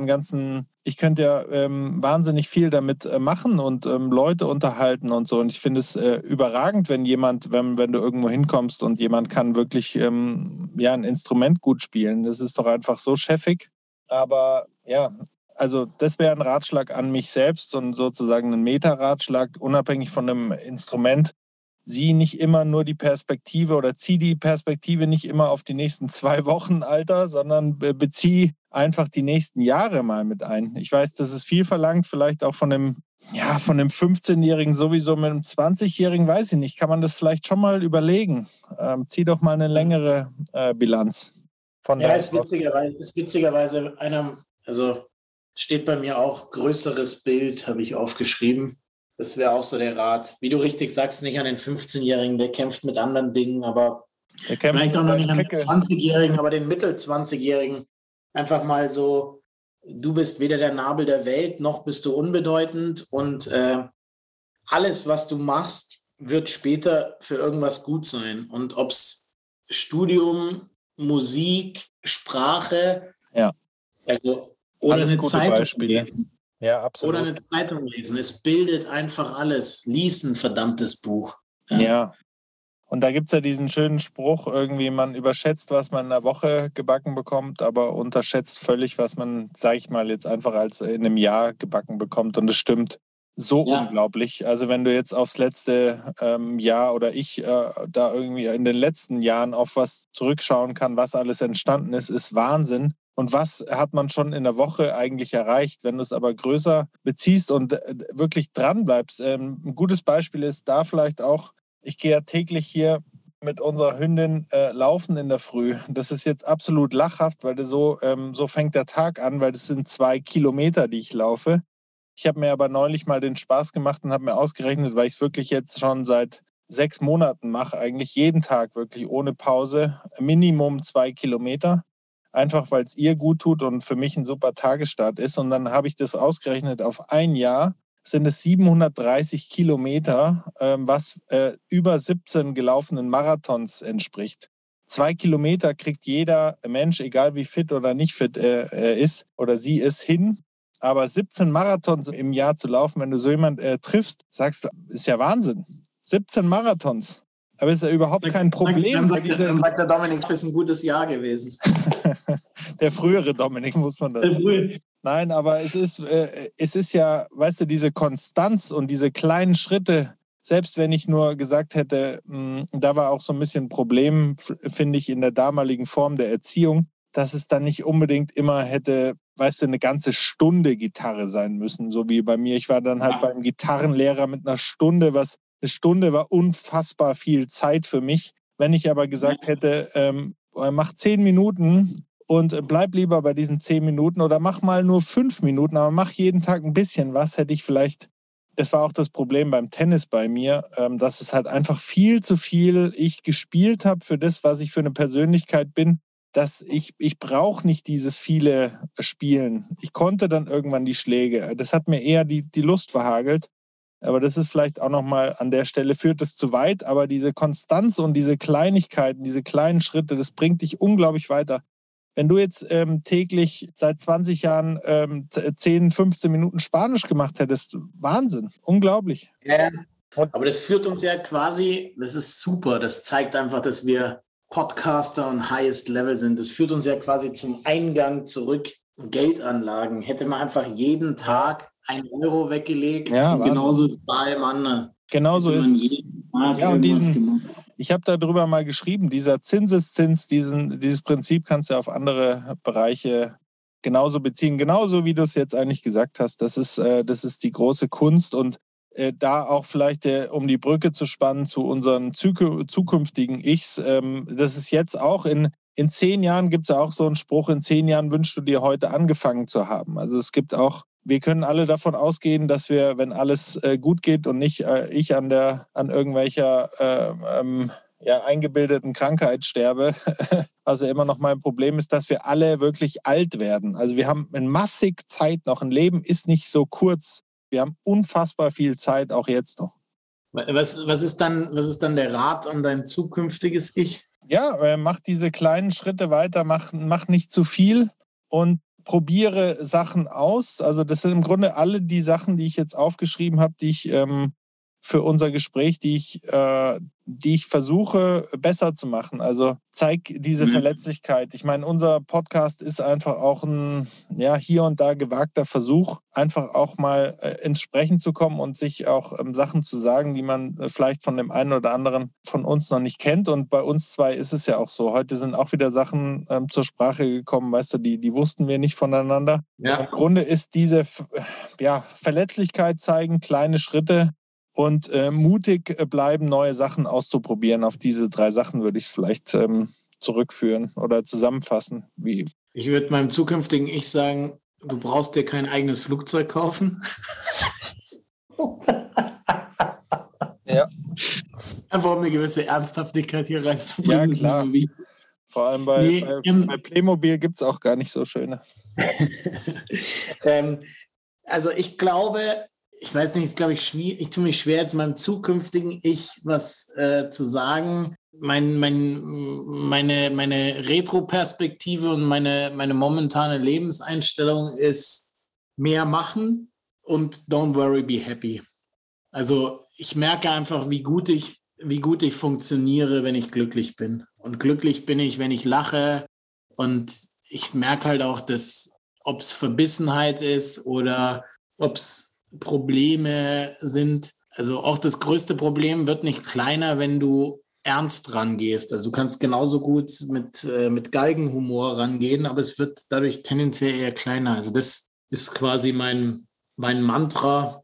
ja wahnsinnig viel damit machen und Leute unterhalten und so. Und ich finde es überragend, wenn du irgendwo hinkommst und jemand kann wirklich ein Instrument gut spielen. Das ist doch einfach so cheffig. Aber ja, also das wäre ein Ratschlag an mich selbst und sozusagen ein Meta-Ratschlag, unabhängig von einem Instrument. Sieh nicht immer nur die Perspektive oder zieh die Perspektive nicht immer auf die nächsten 2 Wochen, Alter, sondern bezieh einfach die nächsten Jahre mal mit ein. Ich weiß, das ist viel verlangt, vielleicht auch von dem Ja, von dem 15-Jährigen sowieso, mit einem 20-Jährigen weiß ich nicht. Kann man das vielleicht schon mal überlegen? Zieh doch mal eine längere Bilanz von Ja, deinem ist witzigerweise also steht bei mir auch größeres Bild, habe ich aufgeschrieben. Das wäre auch so der Rat. Wie du richtig sagst, nicht an den 15-Jährigen, der kämpft mit anderen Dingen, aber vielleicht auch noch nicht an den 20-Jährigen, aber den Mittel-20-Jährigen. Einfach mal so, du bist weder der Nabel der Welt, noch bist du unbedeutend und alles, was du machst, wird später für irgendwas gut sein. Und ob es Studium, Musik, Sprache, also, oder alles eine gute Zeitung Beispiele. lesen. Ja, absolut. Oder eine Zeitung lesen. Es bildet einfach alles. Lies ein verdammtes Buch. Ja. Und da gibt es ja diesen schönen Spruch, irgendwie, man überschätzt, was man in einer Woche gebacken bekommt, aber unterschätzt völlig, was man, sage ich mal, jetzt einfach als in einem Jahr gebacken bekommt. Und das stimmt so unglaublich. Also wenn du jetzt aufs letzte Jahr oder ich da irgendwie in den letzten Jahren auf was zurückschauen kann, was alles entstanden ist Wahnsinn. Und was hat man schon in der Woche eigentlich erreicht? Wenn du es aber größer beziehst und wirklich dran bleibst. Ein gutes Beispiel ist da vielleicht auch, ich gehe ja täglich hier mit unserer Hündin laufen in der Früh. Das ist jetzt absolut lachhaft, weil so fängt der Tag an, weil das sind 2 Kilometer, die ich laufe. Ich habe mir aber neulich mal den Spaß gemacht und habe mir ausgerechnet, weil ich es wirklich jetzt schon seit 6 Monaten mache, eigentlich jeden Tag wirklich ohne Pause, Minimum 2 Kilometer. Einfach, weil es ihr gut tut und für mich ein super Tagesstart ist. Und dann habe ich das ausgerechnet auf ein Jahr. Sind es 730 Kilometer, was über 17 gelaufenen Marathons entspricht. 2 Kilometer kriegt jeder Mensch, egal wie fit oder nicht fit er ist oder sie ist, hin. Aber 17 Marathons im Jahr zu laufen, wenn du so jemanden triffst, sagst du, ist ja Wahnsinn. 17 Marathons. Aber ist ja überhaupt kein Problem. Dann sagt der Dominik, das ist ein gutes Jahr gewesen. Der frühere Dominik, muss man dazu sagen. Nein, aber es ist ja, weißt du, diese Konstanz und diese kleinen Schritte, selbst wenn ich nur gesagt hätte, da war auch so ein bisschen ein Problem, finde ich, in der damaligen Form der Erziehung, dass es dann nicht unbedingt immer hätte, weißt du, eine ganze Stunde Gitarre sein müssen, so wie bei mir. Ich war dann halt beim Gitarrenlehrer mit einer Stunde, eine Stunde war unfassbar viel Zeit für mich. Wenn ich aber gesagt hätte, mach 10 Minuten und bleib lieber bei diesen 10 Minuten oder mach mal nur 5 Minuten, aber mach jeden Tag ein bisschen was, hätte ich vielleicht, das war auch das Problem beim Tennis bei mir, dass es halt einfach viel zu viel ich gespielt habe für das, was ich für eine Persönlichkeit bin, dass ich brauche nicht dieses viele Spielen. Ich konnte dann irgendwann die Schläge. Das hat mir eher die Lust verhagelt. Aber das ist vielleicht auch nochmal an der Stelle, führt es zu weit, aber diese Konstanz und diese Kleinigkeiten, diese kleinen Schritte, das bringt dich unglaublich weiter. Wenn du jetzt täglich seit 20 Jahren 10, 15 Minuten Spanisch gemacht hättest, Wahnsinn, unglaublich. Ja, aber das führt uns ja quasi, das ist super, das zeigt einfach, dass wir Podcaster und Highest Level sind. Das führt uns ja quasi zum Eingang zurück, Geldanlagen. Hätte man einfach jeden Tag 1 Euro weggelegt, ja, und genauso bei Mann. Genauso ist es. Ja, und ich habe darüber mal geschrieben, dieser Zinseszins, dieses Prinzip kannst du auf andere Bereiche genauso beziehen, genauso wie du es jetzt eigentlich gesagt hast. Das ist die große Kunst und da auch vielleicht, um die Brücke zu spannen zu unseren zukünftigen Ichs, das ist jetzt auch in 10 Jahren gibt es auch so einen Spruch, in 10 Jahren wünschst du dir heute angefangen zu haben. Also es gibt auch, wir können alle davon ausgehen, dass wir, wenn alles gut geht und nicht ich an irgendwelcher eingebildeten Krankheit sterbe, was ja immer noch mein Problem ist, dass wir alle wirklich alt werden. Also wir haben massig Zeit noch. Ein Leben ist nicht so kurz. Wir haben unfassbar viel Zeit, auch jetzt noch. Was ist dann der Rat an dein zukünftiges Ich? Ja, mach diese kleinen Schritte weiter, mach nicht zu viel und probiere Sachen aus. Also das sind im Grunde alle die Sachen, die ich jetzt aufgeschrieben habe, die ich für unser Gespräch, die ich versuche besser zu machen. Also zeig diese Verletzlichkeit. Ich meine, unser Podcast ist einfach auch ein hier und da gewagter Versuch, einfach auch mal ins Sprechen zu kommen und sich auch Sachen zu sagen, die man vielleicht von dem einen oder anderen von uns noch nicht kennt. Und bei uns zwei ist es ja auch so. Heute sind auch wieder Sachen zur Sprache gekommen, weißt du, die wussten wir nicht voneinander. Ja. Im Grunde ist diese Verletzlichkeit zeigen, kleine Schritte, und mutig bleiben, neue Sachen auszuprobieren. Auf diese 3 Sachen würde ich es vielleicht zurückführen oder zusammenfassen. Ich würde meinem zukünftigen Ich sagen, du brauchst dir kein eigenes Flugzeug kaufen. Ja. Einfach um eine gewisse Ernsthaftigkeit hier reinzubringen. Ja, klar. Vor allem bei Playmobil gibt es auch gar nicht so schöne. Also ich glaube, ich weiß nicht, ist glaube ich schwierig. Ich tue mich schwer, jetzt meinem zukünftigen Ich was zu sagen. Meine Retro-Perspektive und meine momentane Lebenseinstellung ist mehr machen und don't worry, be happy. Also ich merke einfach, wie gut ich funktioniere, wenn ich glücklich bin. Und glücklich bin ich, wenn ich lache. Und ich merke halt auch, dass ob es Verbissenheit ist oder ob es Probleme sind. Also auch das größte Problem wird nicht kleiner, wenn du ernst rangehst. Also du kannst genauso gut mit Galgenhumor rangehen, aber es wird dadurch tendenziell eher kleiner. Also das ist quasi mein Mantra,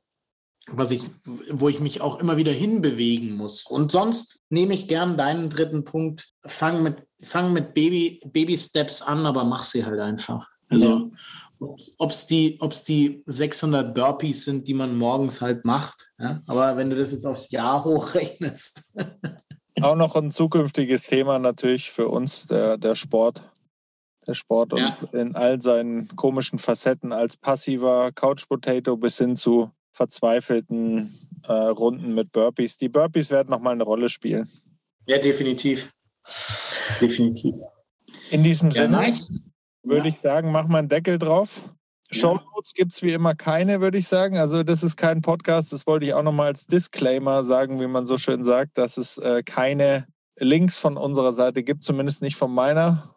wo ich mich auch immer wieder hinbewegen muss. Und sonst nehme ich gern deinen 3. Punkt. Fang mit Baby-Steps an, aber mach sie halt einfach. Also ob es die 600 Burpees sind, die man morgens halt macht. Ja? Aber wenn du das jetzt aufs Jahr hochrechnest. Auch noch ein zukünftiges Thema natürlich für uns, der Sport. Der Sport und in all seinen komischen Facetten als passiver Couch-Potato bis hin zu verzweifelten Runden mit Burpees. Die Burpees werden nochmal eine Rolle spielen. Ja, definitiv. Definitiv. In diesem Sinne würde ich sagen, mach mal einen Deckel drauf. Shownotes gibt es wie immer keine, würde ich sagen. Also das ist kein Podcast, das wollte ich auch nochmal als Disclaimer sagen, wie man so schön sagt, dass es keine Links von unserer Seite gibt, zumindest nicht von meiner.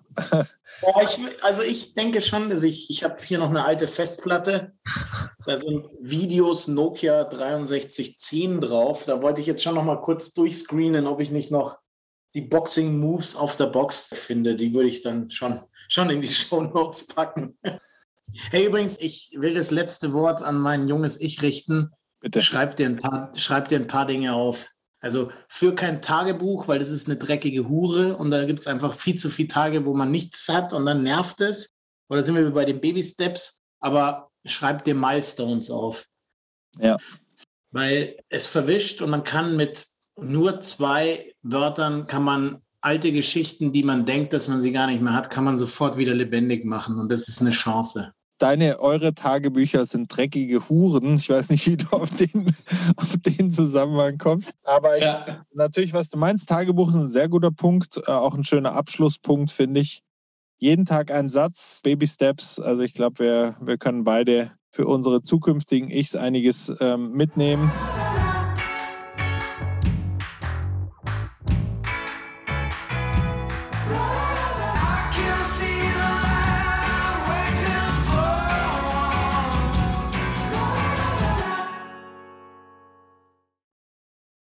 Ja, ich denke schon, dass ich habe hier noch eine alte Festplatte, da sind Videos Nokia 6310 drauf, da wollte ich jetzt schon noch mal kurz durchscreenen, ob ich nicht noch die Boxing-Moves auf der Box finde, die würde ich dann schon in die Shownotes packen. Hey, übrigens, ich will das letzte Wort an mein junges Ich richten. Bitte. Schreib dir ein paar Dinge auf. Also für kein Tagebuch, weil das ist eine dreckige Hure und da gibt es einfach viel zu viele Tage, wo man nichts hat und dann nervt es. Oder sind wir bei den Baby-Steps, aber schreib dir Milestones auf. Ja. Weil es verwischt und man kann mit nur 2 Wörtern kann man alte Geschichten, die man denkt, dass man sie gar nicht mehr hat, kann man sofort wieder lebendig machen und das ist eine Chance. Eure Tagebücher sind dreckige Huren. Ich weiß nicht, wie du auf den Zusammenhang kommst. Aber natürlich, was du meinst, Tagebuch ist ein sehr guter Punkt, auch ein schöner Abschlusspunkt, finde ich. Jeden Tag ein Satz, Baby Steps. Also ich glaube, wir können beide für unsere zukünftigen Ichs einiges mitnehmen.